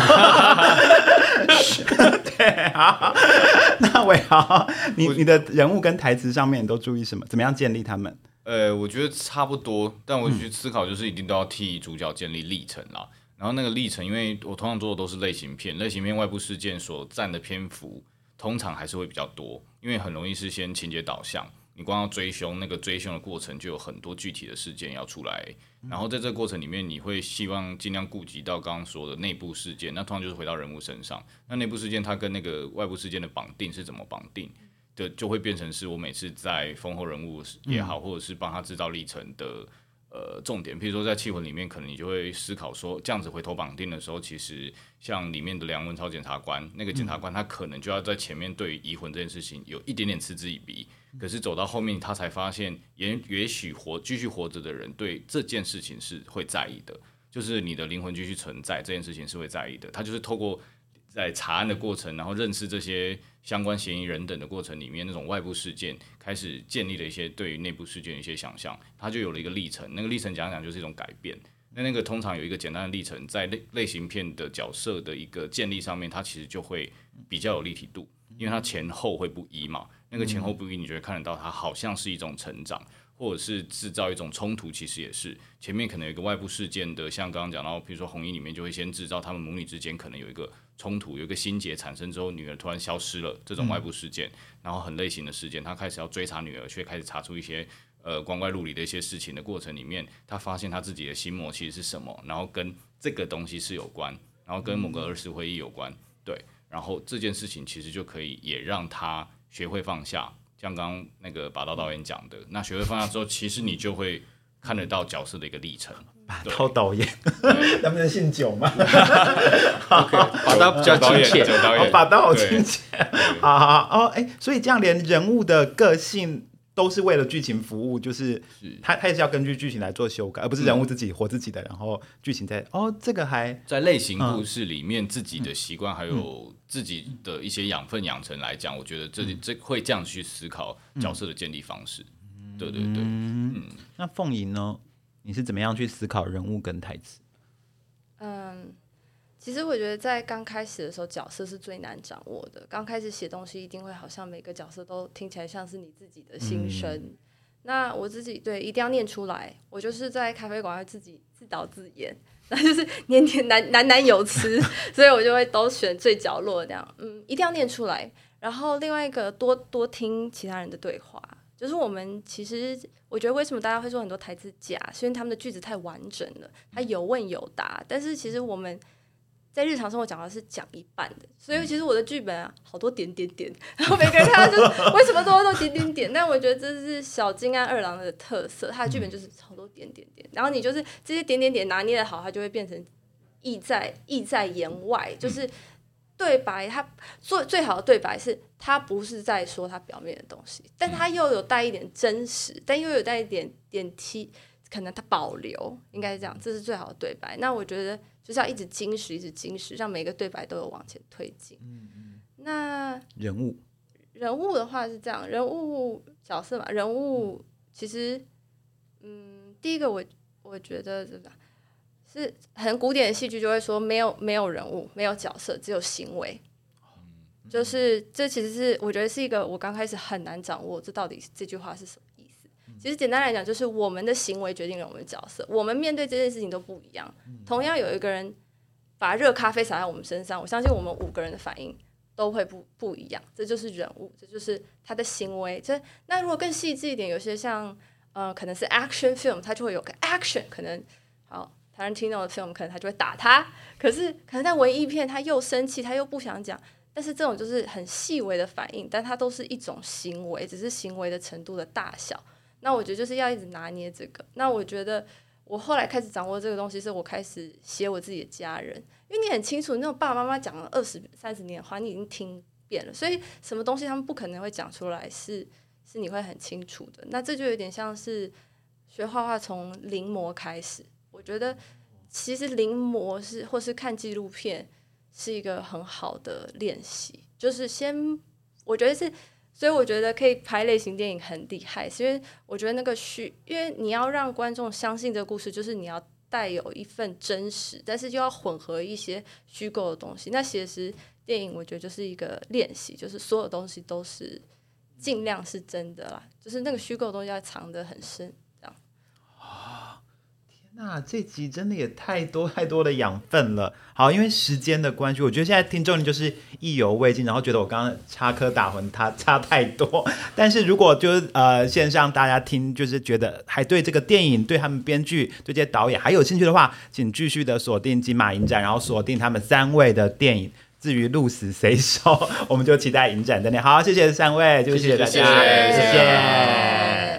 对，好，那伟豪，你的人物跟台词上面你都注意什么？怎么样建立他们？ 我觉得差不多，但我去思考就是一定都要替主角建立历程啦。然后那个历程，因为我通常做的都是类型片，外部事件所占的篇幅通常还是会比较多，因为很容易是先情节导向。你光要追凶，那个追凶的过程就有很多具体的事件要出来，然后在这个过程里面，你会希望尽量顾及到刚刚说的内部事件，那通常就是回到人物身上。那内部事件它跟那个外部事件的绑定是怎么绑定的，就会变成是我每次在丰厚人物也好，或者是帮他制造历程的重点。譬如说在气魂里面，可能你就会思考说，这样子回头绑定的时候，其实像里面的梁文超检察官，那个检察官他可能就要在前面对于移魂这件事情有一点点嗤之以鼻。可是走到后面，他才发现，也许继续活着的人对这件事情是会在意的，就是你的灵魂继续存在这件事情是会在意的。他就是透过在查案的过程，然后认识这些相关嫌疑人等的过程里面，那种外部事件开始建立了一些对于内部事件的一些想象，他就有了一个历程。那个历程讲讲就是一种改变。那个通常有一个简单的历程，在类型片的角色的一个建立上面，它其实就会比较有立体度，因为它前后会不一嘛。那个前后不一，你就会看得到它好像是一种成长，或者是制造一种冲突，其实也是前面可能有一个外部事件的，像刚刚讲到，比如说红衣里面就会先制造他们母女之间可能有一个冲突，有一个心结产生之后，女儿突然消失了这种外部事件，然后很类型的事件，他开始要追查女儿，却开始查出一些光怪陆离的一些事情的过程里面，他发现他自己的心魔其实是什么，然后跟这个东西是有关，然后跟某个儿时回忆有关，对，然后这件事情其实就可以也让他学会放下，像刚刚那个把刀导演讲的，那学会放下之后，其实你就会看得到角色的一个历程。 把刀导演，能不能姓九吗？ 把刀比较亲切， 把刀好亲切。好，所以这样连人物的个性都是为了剧情服务，就是他也是要根据剧情来做修改，而不是人物自己活自己的，然后剧情这个还在类型故事里面自己的习惯还有自己的一些养分养成来讲，我觉得这会这样去思考角色的建立方式。对对对， 那凤仪呢？你是怎么样去思考人物跟台词？ 其实我觉得在刚开始的时候，角色是最难掌握的。刚开始写东西，一定会好像每个角色都听起来像是你自己的心声。那我自己一定要念出来。我就是在咖啡馆会自己自导自演，那就是念喃有词，所以我就会都选最角落这样。一定要念出来。然后另外一个多听其他人的对话。就是我们其实，我觉得为什么大家会说很多台词假，是因为他们的句子太完整了，他有问有答。但是其实我们在日常生活讲的是讲一半的，所以其实我的剧本啊，好多点点点，然后每个人看到就是为什么都点点点。但我觉得这是小金安二郎的特色，他的剧本就是好多点点点，然后你就是这些点点点拿捏的好，它就会变成意在言外，就是对白，他最好的对白是他不是在说他表面的东西，但他又有带一点真实，但又有带一点可能他保留，应该是这样，这是最好的对白。那我觉得就是要一直精实，一直精实，让每个对白都有往前推进。那人物的话是这样，人物角色嘛，人物其实，第一个我觉得这个是很古典的戏剧就会说没有人物，没有角色，只有行为。就是这其实是我觉得是一个我刚开始很难掌握，这句话是什么意思。其实简单来讲，就是我们的行为决定了我们的角色，我们面对这件事情都不一样。同样有一个人把热咖啡洒在我们身上，我相信我们5个人的反应都会不一样。这就是人物，这就是他的行为。那如果更细致一点，有些像可能是 action film， 它就会有个 action， 可能好 Tarantino 的 film 可能他就会打他，可是可能在文艺片他又生气，他又不想讲。但是这种就是很细微的反应，但它都是一种行为，只是行为的程度的大小。那我觉得就是要一直拿捏这个。那我觉得我后来开始掌握这个东西，是我开始写我自己的家人，因为你很清楚，那种爸爸妈妈讲了20、30年的话，你已经听遍了，所以什么东西他们不可能会讲出来，是你会很清楚的。那这就有点像是学画画从临摹开始。我觉得其实临摹或是看纪录片是一个很好的练习，就是我觉得是，所以我觉得可以拍类型电影很厉害，是因为我觉得因为你要让观众相信这个故事，就是你要带有一份真实，但是又要混合一些虚构的东西。那写实电影我觉得就是一个练习，就是所有东西都是尽量是真的啦，就是那个虚构的东西要藏得很深。 那这集真的也太多的养分了。好，因为时间的关系，我觉得现在听众就是意犹未尽，然后觉得我刚刚插科打诨，他差太多。但是如果就是线上大家听，就是觉得还对这个电影、对他们编剧、对这些导演还有兴趣的话，请继续的锁定金马影展，然后锁定他们3位的电影。至于鹿死谁手，我们就期待影展等等。好，谢谢3位，就谢谢大家，谢谢。